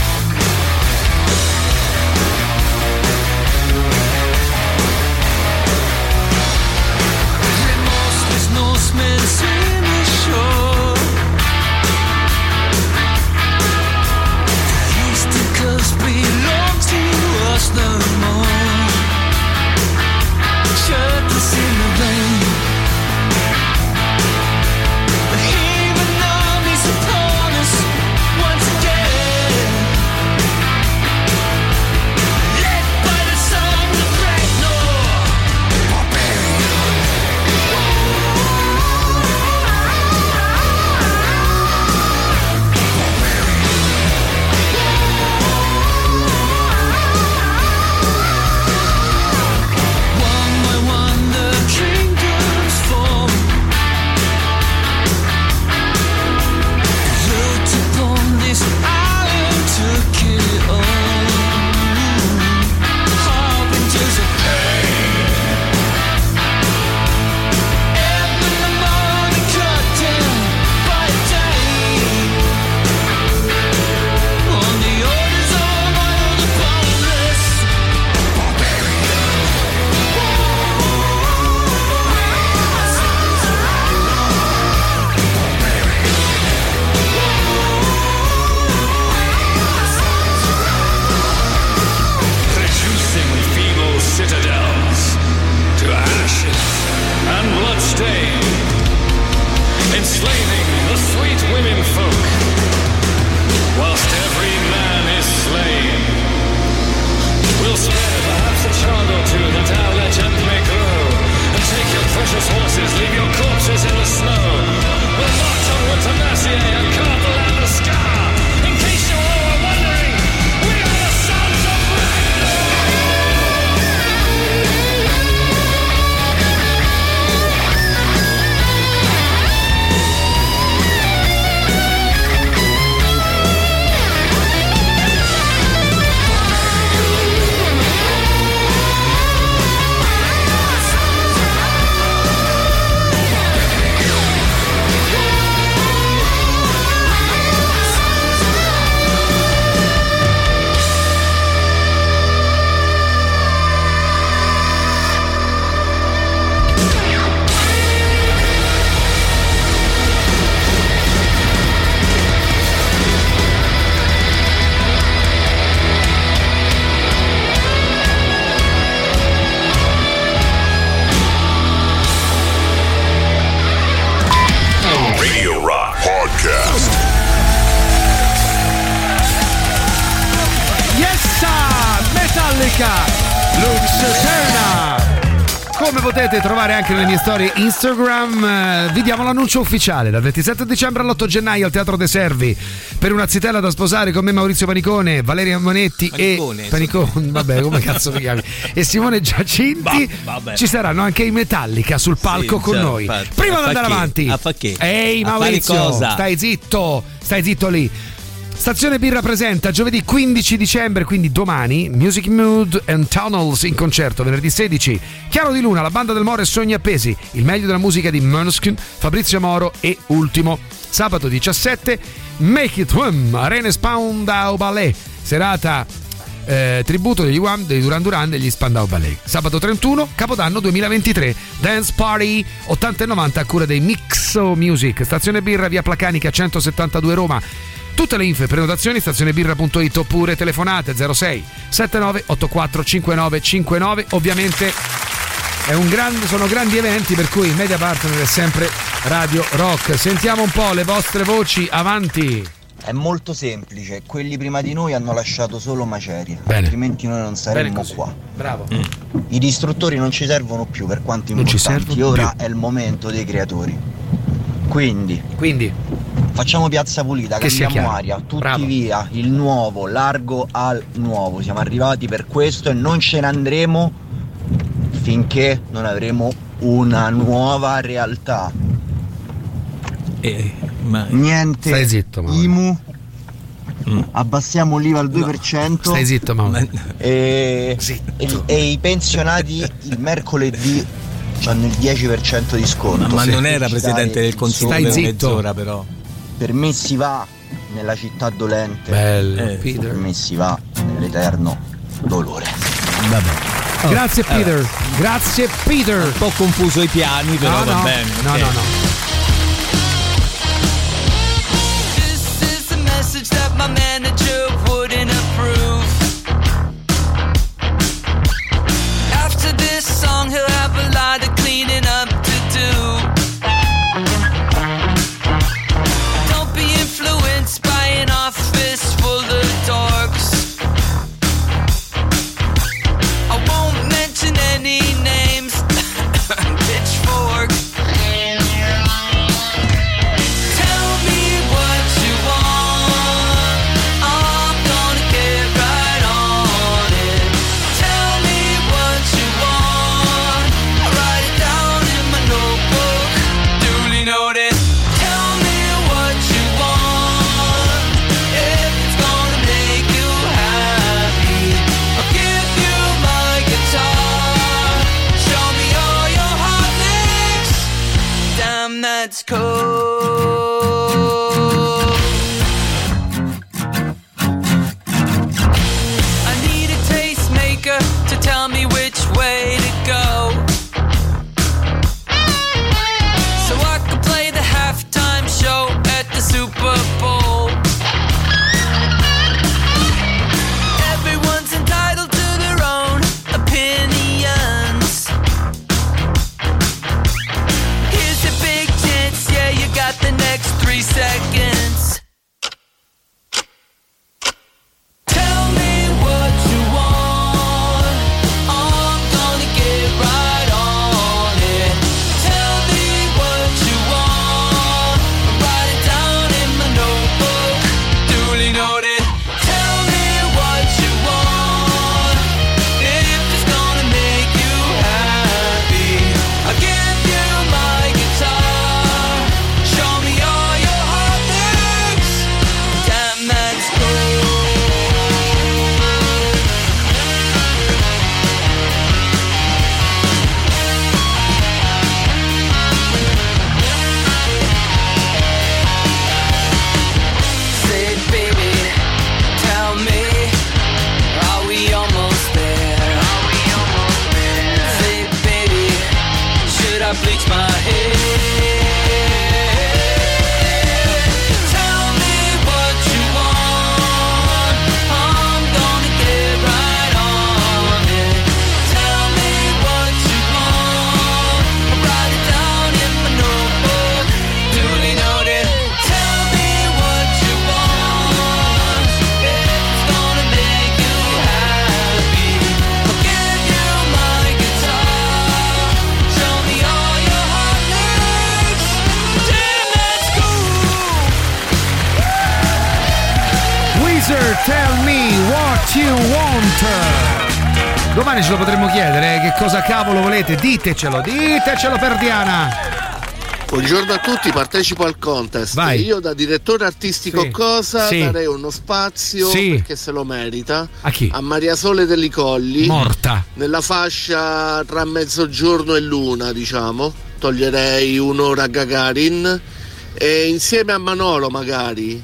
Come potete trovare anche nelle mie storie Instagram, eh, vi diamo l'annuncio ufficiale dal ventisette dicembre all'otto gennaio al Teatro De Servi per una zitella da sposare con me, Maurizio Panicone, Valeria Monetti Panicone, e Panicone, vabbè, come cazzo mi chiami? E Simone Giacinti. Va, ci saranno anche i Metallica sul palco sì, con certo, noi. infatti. Prima A di andare fa avanti. A fa che? Ehi A Maurizio, fare cosa? stai zitto, stai zitto lì. Stazione Birra presenta giovedì quindici dicembre, quindi domani, Music Mood and Tunnels in concerto, venerdì sedici, Chiaro di Luna, la banda del Moro e Sogni Appesi, il meglio della musica di Måneskin, Fabrizio Moro e Ultimo. Sabato diciassette Make It Wham, Arena Spandau Ballet, serata eh, tributo degli Wham, dei Duran Duran, degli Spandau Ballet. Sabato trentuno Capodanno duemilaventitré, Dance Party ottanta e novanta a cura dei Mixo Music, Stazione Birra, via Placanica centosettantadue Roma. Tutte le info e prenotazioni stazionebirra punto it oppure telefonate zero sei settantanove ottantaquattro cinquantanove cinquantanove. Ovviamente è un grande, sono grandi eventi, per cui il media partner è sempre Radio Rock. Sentiamo un po' le vostre voci, avanti. È molto semplice, quelli prima di noi hanno lasciato solo macerie. Bene. Altrimenti noi non saremmo qua. Bravo. Mm. I distruttori non ci servono più, per quanto Non ci importanti. servono Ora più. è il momento dei creatori. Quindi, Quindi facciamo piazza pulita, Che sia cambiamo chiaro. aria, tutti Bravo. via, il nuovo, largo al nuovo. Siamo arrivati per questo e non ce ne andremo finché non avremo una nuova realtà. Eh, ma... Niente Stai zitto, Mauro. I M U, mm. abbassiamo l'I V A al due per cento. Stai zitto, Mauro. E, e, e i pensionati il mercoledì hanno il dieci per cento di sconto. Ma Se non era pubblicitare presidente del consiglio Stai per zitto. mezz'ora, però. Per me si va nella città dolente. Bello, Eh, Peter. Per me si va nell'eterno dolore. Vabbè. Oh, Grazie Peter, allora. grazie Peter. Un po' confuso i piani, però No, va no. bene. No, ok. no, no. This is a message that my manager wouldn't approve. After this song, he'll have a lot of cleaning up to do. Don't be influenced by an office full of dorks. I won't mention any names. Pitchfork. Tell me what you want. I'm gonna get right on it. Tell me what you want. I write it down in my notebook, duly noted. Tell me what you want. If it's gonna make you happy, I'll give you my guitar. Show me all your hot licks. Damn, that's cool. I need a tastemaker to tell me which way to go, so I can play the halftime show at the Super Bowl. Everyone's entitled to their own opinions. Here's a big chance, yeah, you got the next three seconds. Tell me what you want. I'm gonna get right on it. Tell me what you want. Write it down in my notebook, duly noted. Tell me what you want. If it's gonna make you happy, I'll give you my guitar. Show me all your hot licks. Damn, that's cool. Say, baby, tell me, are we almost there? Are we almost there? Say, baby, should I bleach my hair? Tell me what you want. I'm gonna get right on it. Tell me what you want. Write it down in my notebook, duly noted. Tell me what you want. If it's gonna make you happy, I'll give you my guitar. Show me all your hot licks. Damn, that's cool. Weezer, tell me what you want. Domani ce lo potremmo chiedere, eh, che cosa cavolo volete? Ditecelo, ditecelo per Diana. Buongiorno a tutti, partecipo al contest. Vai. Io da direttore artistico Sì. cosa Sì. darei uno spazio, Sì. perché se lo merita, A chi? a Maria Sole Deli Colli, Morta. nella fascia tra mezzogiorno e l'una, diciamo. Toglierei un'ora a Gagarin E insieme a Manolo magari.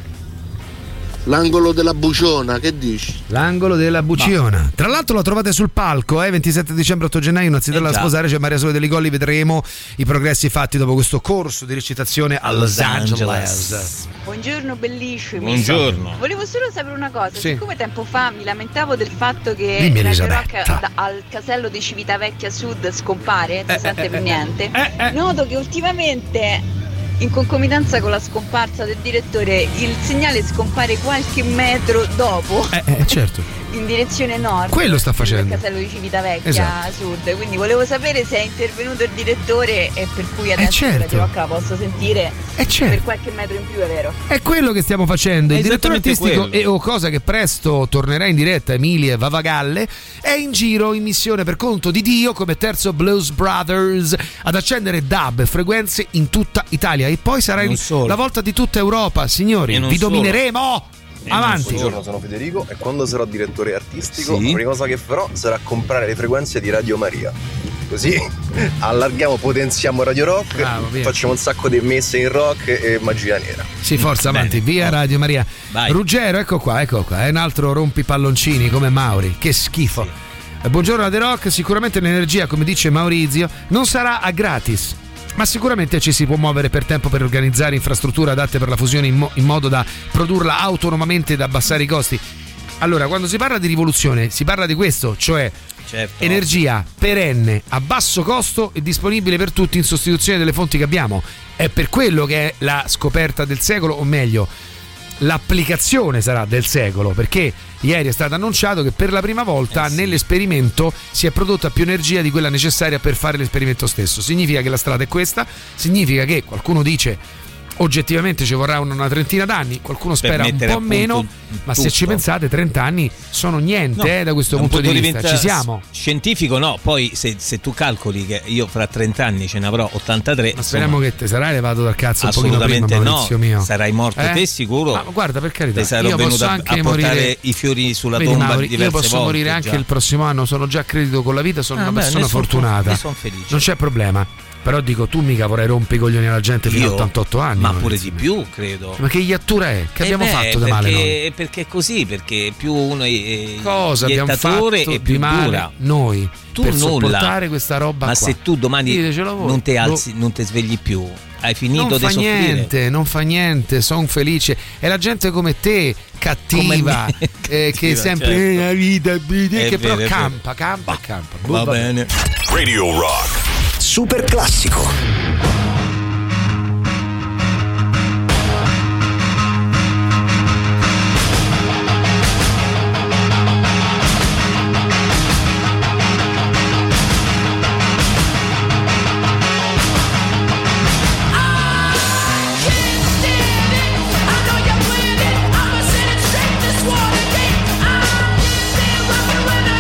L'angolo della Buciona, che dici? L'angolo della Buciona. Tra l'altro lo trovate sul palco, eh? ventisette dicembre, otto gennaio, una zitella Eh da già. sposare, c'è Maria Sole degli Colli, vedremo i progressi fatti dopo questo corso di recitazione a Los Angeles. Buongiorno bellissimi. Buongiorno. Volevo solo sapere una cosa, Sì. siccome tempo fa mi lamentavo del fatto che Dimmi, Radio Elisabetta. Rock da- al casello di Civitavecchia Sud scompare, non Eh, si sente eh, per eh, niente, eh, eh. noto che ultimamente in concomitanza con la scomparsa del direttore il segnale scompare qualche metro dopo Eh, eh, certo. in direzione nord. Quello sta facendo. Del casello di Civitavecchia Esatto. Sud, quindi volevo sapere se è intervenuto il direttore e per cui adesso certo. Radio Rock la posso sentire Eh, certo. per qualche metro in più, è vero? È quello che stiamo facendo. È Il direttore esattamente artistico quello. e o cosa che presto tornerà in diretta, Emilie Vavagalle, è in giro in missione per conto di Dio come terzo Blues Brothers ad accendere dub e frequenze in tutta Italia e poi sarà Non il- solo. la volta di tutta Europa, signori. E non Vi solo. domineremo. Avanti. Buongiorno, sono Federico e quando sarò direttore artistico Sì. la prima cosa che farò sarà comprare le frequenze di Radio Maria. Così allarghiamo, potenziamo Radio Rock, Bravo, via. facciamo un sacco di messe in rock e magia nera. Sì, forza, avanti, via Radio Maria. Vai. Ruggero, ecco qua, ecco qua, è un altro rompipalloncini come Mauri, che schifo. Eh, Buongiorno a The Rock, sicuramente l'energia, come dice Maurizio, non sarà a gratis, ma sicuramente ci si può muovere per tempo per organizzare infrastrutture adatte per la fusione in, mo- in modo da produrla autonomamente ed abbassare i costi. Allora, quando si parla di rivoluzione, si parla di questo, cioè Certo. energia perenne, a basso costo e disponibile per tutti in sostituzione delle fonti che abbiamo. È per quello che è la scoperta del secolo, o meglio, l'applicazione sarà del secolo, perché ieri è stato annunciato che per la prima volta Eh sì. nell'esperimento si è prodotta più energia di quella necessaria per fare l'esperimento stesso. Significa che la strada è questa, significa che qualcuno dice oggettivamente ci vorrà una, una trentina d'anni, qualcuno spera un mettere po' a punto meno, ma se tutto. ci pensate trenta anni sono niente, No, eh, da questo da un punto, di vista, vista ci siamo. scientifico no, poi se, se tu calcoli che io fra trenta anni ce ne avrò ottantatré, Ma speriamo insomma, che te sarai levato dal cazzo un pochino prima, assolutamente Maurizio no, mio. sarai morto Eh? te sicuro. Ma guarda, per carità, Te sarò io venuto posso a, anche a portare morire. i fiori sulla Vedi, tomba Mauri, diverse io posso volte morire anche già. il prossimo anno, sono già credito con la vita, sono Ah, una beh, persona ne son- fortunata. ne son felice. Non c'è problema. Però dico, tu mica vorrai rompere i coglioni alla gente fino a Io? ottantotto anni. Ma Maurizio. pure di più, credo. Ma che iattura è? Che Eh abbiamo beh, fatto da male noi? perché, perché è così, perché più uno è Cosa abbiamo iettatore fatto e più di male dura. noi Tu per nulla. sopportare questa roba Ma qua? se tu domani Ditecelo voi. non ti Boh. alzi, non ti svegli più, hai finito Non di fa soffrire. niente, non fa niente, sono felice. È la gente come te, cattiva, Come me. eh, che Cattiva, sempre certo. eh, la vita, eh, che È però vero, è campa, campa e campa. Boh, Va vabbè. bene. Radio Rock. Super classico.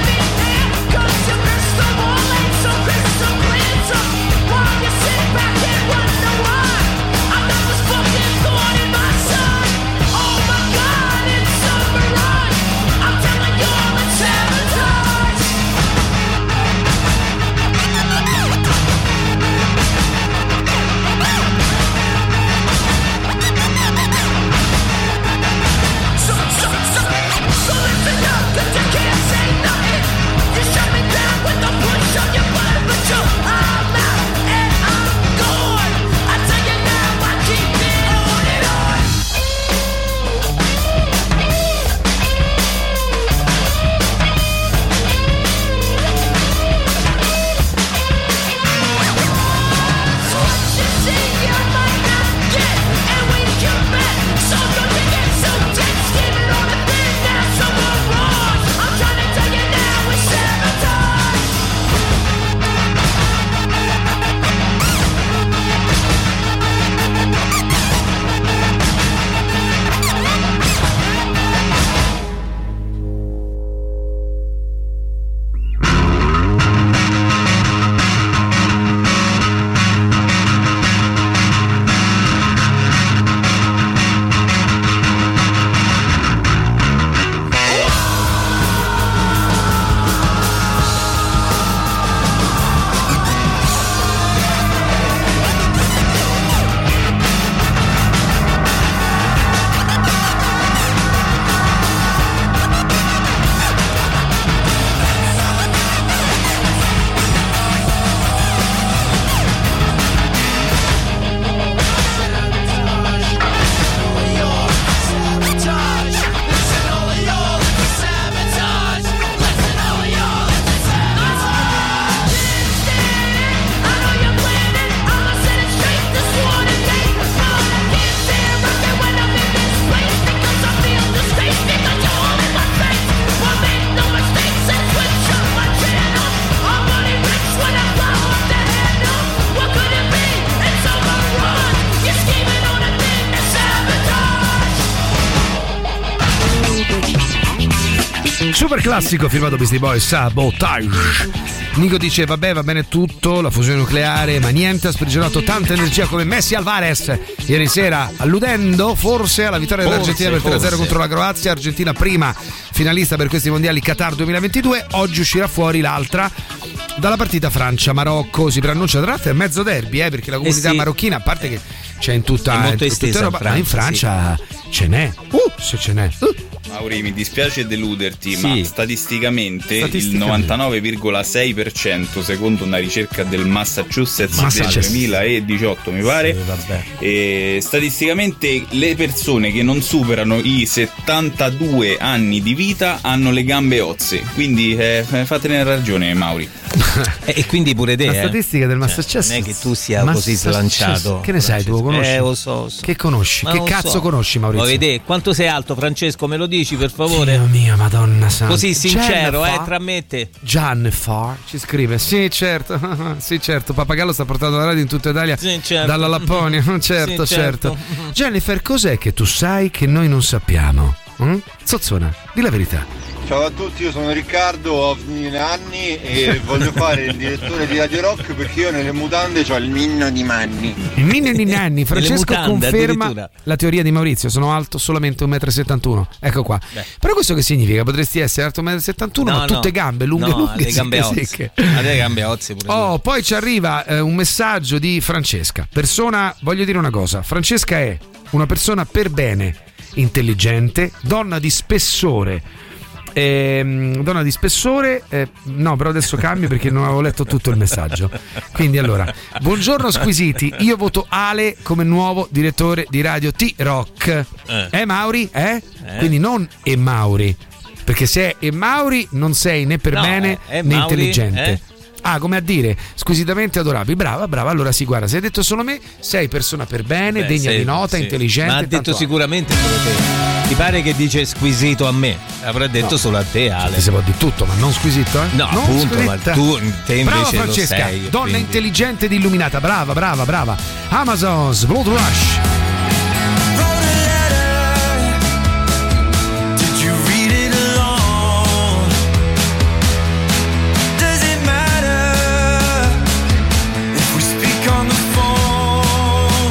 Back in super classico firmato Beastie Boys, Sabotage. Nico dice vabbè va bene tutto, la fusione nucleare, ma niente ha sprigionato tanta energia come Messi Alvarez ieri sera, alludendo forse alla vittoria Forse, dell'Argentina per tre a zero forse. contro la Croazia. Argentina prima finalista per questi mondiali Qatar duemilaventidue. Oggi uscirà fuori l'altra dalla partita Francia-Marocco. Si preannuncia tra l'altro è mezzo derby, eh, perché la comunità Eh sì. marocchina, a parte che c'è in tutta, È molto in tutta estesa in Europa, ma in Francia, Francia ce n'è, uh, se ce n'è. Uh. Mauri, mi dispiace deluderti, Sì. ma statisticamente, Statisticamente. il novantanove virgola sei per cento, secondo una ricerca del Massachusetts, Massachusetts. del duemiladiciotto mi pare, Sì, vabbè. e statisticamente le persone che non superano i settantadue anni di vita hanno le gambe ozze, quindi eh, fatene ragione, Mauri. E, e quindi pure te, La eh. statistica del Massachusetts. Non è che tu sia così Massachusetts. slanciato. Che ne sai tu? Conosci? Eh, lo so, lo so. Che conosci? Ma Che non cazzo so. conosci, Maurizio? Ma vedi, quanto sei alto, Francesco? Me lo dici per favore? Dio mio, Madonna santa. Così sincero, Jennifer? eh, tra me e te. Jennifer ci scrive: sì, certo, sì, certo. Pappagallo sta portando la radio in tutta Italia, Sì, certo. dalla Lapponia. certo, Sì, certo. certo. Jennifer, cos'è che tu sai che noi non sappiamo? Mm? Zozzona, di la verità. Ciao a tutti, io sono Riccardo, ho mille anni e voglio fare il direttore di Radio Rock perché io nelle mutande ho il minno di manni. Il Minni di Nanni, Francesco mutande, conferma addirittura. la teoria di Maurizio. Sono alto solamente uno virgola settantuno metri. Ecco qua. Beh. Però questo che significa? Potresti essere alto uno virgola settantuno No, ma no. tutte gambe lunghe, no, lunghe, le gambe secche, ozze. secche. Ha le gambe ozze pure Oh, poi ci arriva eh, un messaggio di Francesca. Persona, voglio dire una cosa. Francesca è una persona per bene, intelligente, donna di spessore. Ehm, donna di spessore, eh, no, però adesso cambio perché non avevo letto tutto il messaggio. Quindi allora, buongiorno squisiti, io voto Ale come nuovo direttore di Radio T-Rock. Eh. Eh Mauri? Eh? Eh. Quindi non E Mauri, perché se è E Mauri non sei né per No, bene è né Mauri, intelligente. eh. Ah, come a dire, squisitamente adorabili. Brava, brava. Allora sì, guarda, se hai detto solo me, sei persona per bene, Beh, degna sì, di nota, sì. intelligente. Ma ha tanto detto altro. sicuramente solo te. Ti pare che dice squisito a me? Avrà detto No. solo a te, Ale. Ti si può di tutto, ma non squisito, eh? No, Non appunto, ma squisita. tu te Brava invece lo Francesca, sei. donna quindi- intelligente ed illuminata. Brava, brava, brava. Amazon's Blood Rush. Did you read it alone? Does it matter if we speak on the phone?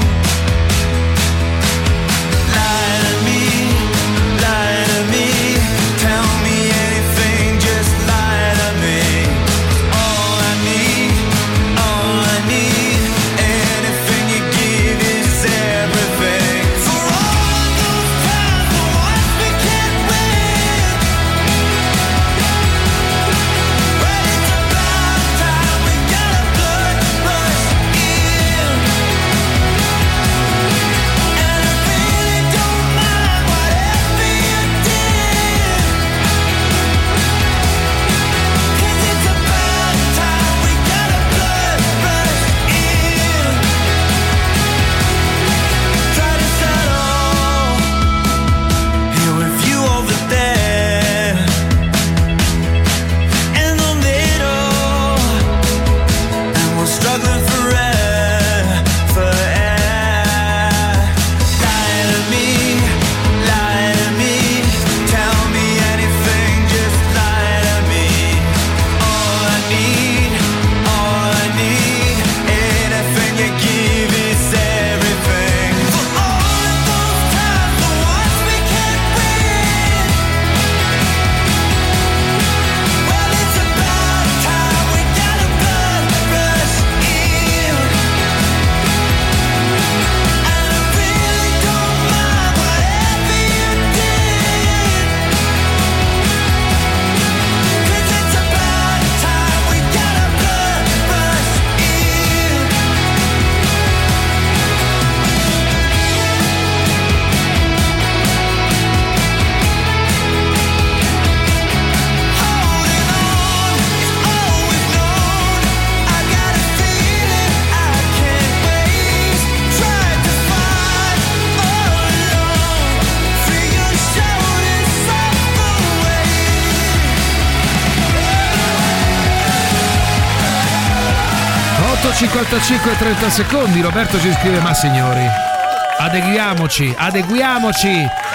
Lie to me, lie to me, tell me anything, just lie to me. All I need, all I need, anything you give is everything. For all those times the ones we can't win. But it's about time we got a blood rush in. And I really don't mind whatever you did. 'Cause it's about time we got a blood rush in. Try to settle here with you over there in the middle, and we're struggling for air, for air. Lie to me, lie to me, tell me anything, just lie to me. All I need, all I need, anything you give is everything. For all of those times, the ones we can't win. Well, it's about time we got a blood rush in. And I really don't mind whatever you did. 'Cause it's about time we got a blood rush in. Holding on is always known. I got a feeling I can't waste. Tried to find all alone. Free your shoulders off the otto e cinquantacinque e trenta secondi. Roberto ci scrive: ma signori, adeguiamoci, adeguiamoci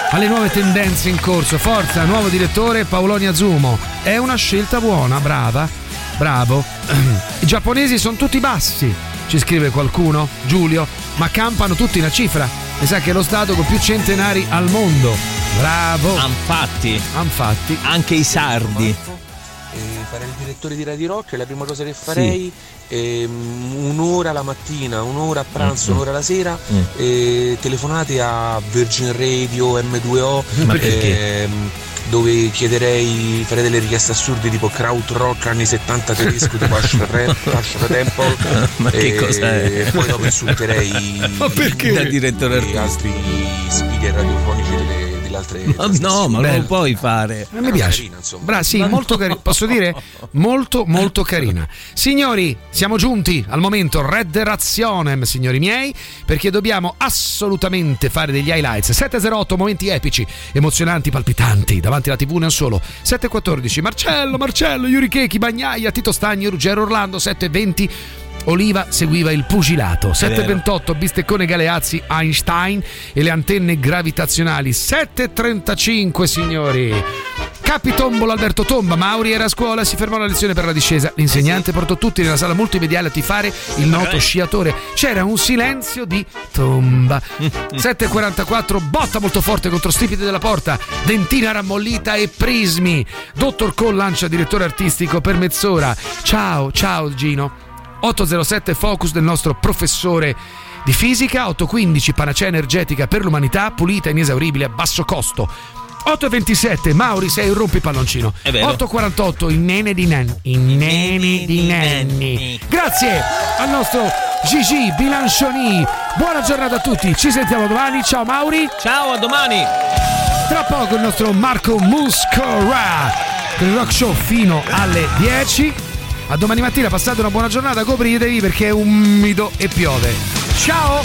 alle nuove tendenze in corso. Forza, nuovo direttore Paolonia Zumo. È una scelta buona, brava, bravo. I giapponesi sono tutti bassi, ci scrive qualcuno, Giulio, ma campano tutti una cifra. Mi sa che è lo stato con più centenari al mondo. Bravo. Infatti. Infatti. Anche i sardi. Eh, fare il direttore di Radio Rock è la prima cosa che farei. Sì. Eh, un'ora la mattina, un'ora a pranzo, mm. un'ora la sera. Mm. Eh, telefonate a Virgin Radio, M due O. Ma eh, dove chiederei, farei delle richieste assurde tipo krautrock anni settanta tedesco tipo Ashra Temple. Ma che e cos'è? poi dopo insulterei ma perché? Da direttore altri speaker radiofonici delle, delle altre ma no, ma non lo puoi fare. Non mi piace. Carina, Bra, sì, molto carina. Posso dire? Molto, molto carina. Signori, siamo giunti al momento Redderazionem, signori miei, perché dobbiamo assolutamente fare degli highlights. sette zero otto, momenti epici, emozionanti, palpitanti, davanti alla tivù non solo. sette quattordici, Marcello, Marcello, Yuri Chechi, Bagnaia, Tito Stagni, Ruggero Orlando. Sette venti, Oliva seguiva il pugilato. Sette ventotto, Bisteccone Galeazzi, Einstein e le antenne gravitazionali. Sette trentacinque, signori, Capitombola Alberto Tomba. Mauri era a scuola, si fermò la lezione per la discesa. L'insegnante portò tutti nella sala multimediale a tifare il noto sciatore. C'era un silenzio di tomba. Sette quarantaquattro, botta molto forte contro stipite della porta. Dentina rammollita e prismi. Dottor Cole lancia direttore artistico per mezz'ora. Ciao, ciao Gino. otto zero sette, focus del nostro professore di fisica. Otto quindici, panacea energetica per l'umanità, pulita, inesauribile, a basso costo. otto ventisette, Mauri sei un rompipalloncino. otto quarantotto, il nene di Nanni. Il nene di Nanni. Grazie al nostro Gigi Bilancioni. Buona giornata a tutti, ci sentiamo domani. Ciao Mauri. Ciao, a domani. Tra poco il nostro Marco Muscora con il rock show fino alle dieci. A domani mattina, passate una buona giornata, copritevi perché è umido e piove. Ciao!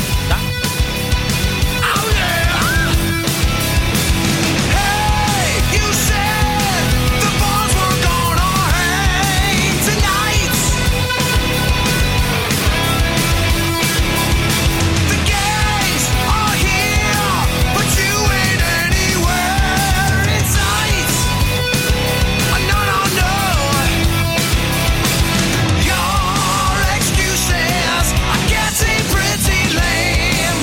Your excuses are getting pretty lame.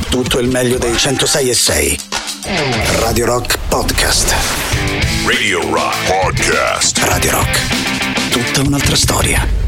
tutto il meglio dei centosei e sei. Radio Rock Podcast. Radio Rock Podcast. Radio Rock. Tutta un'altra storia.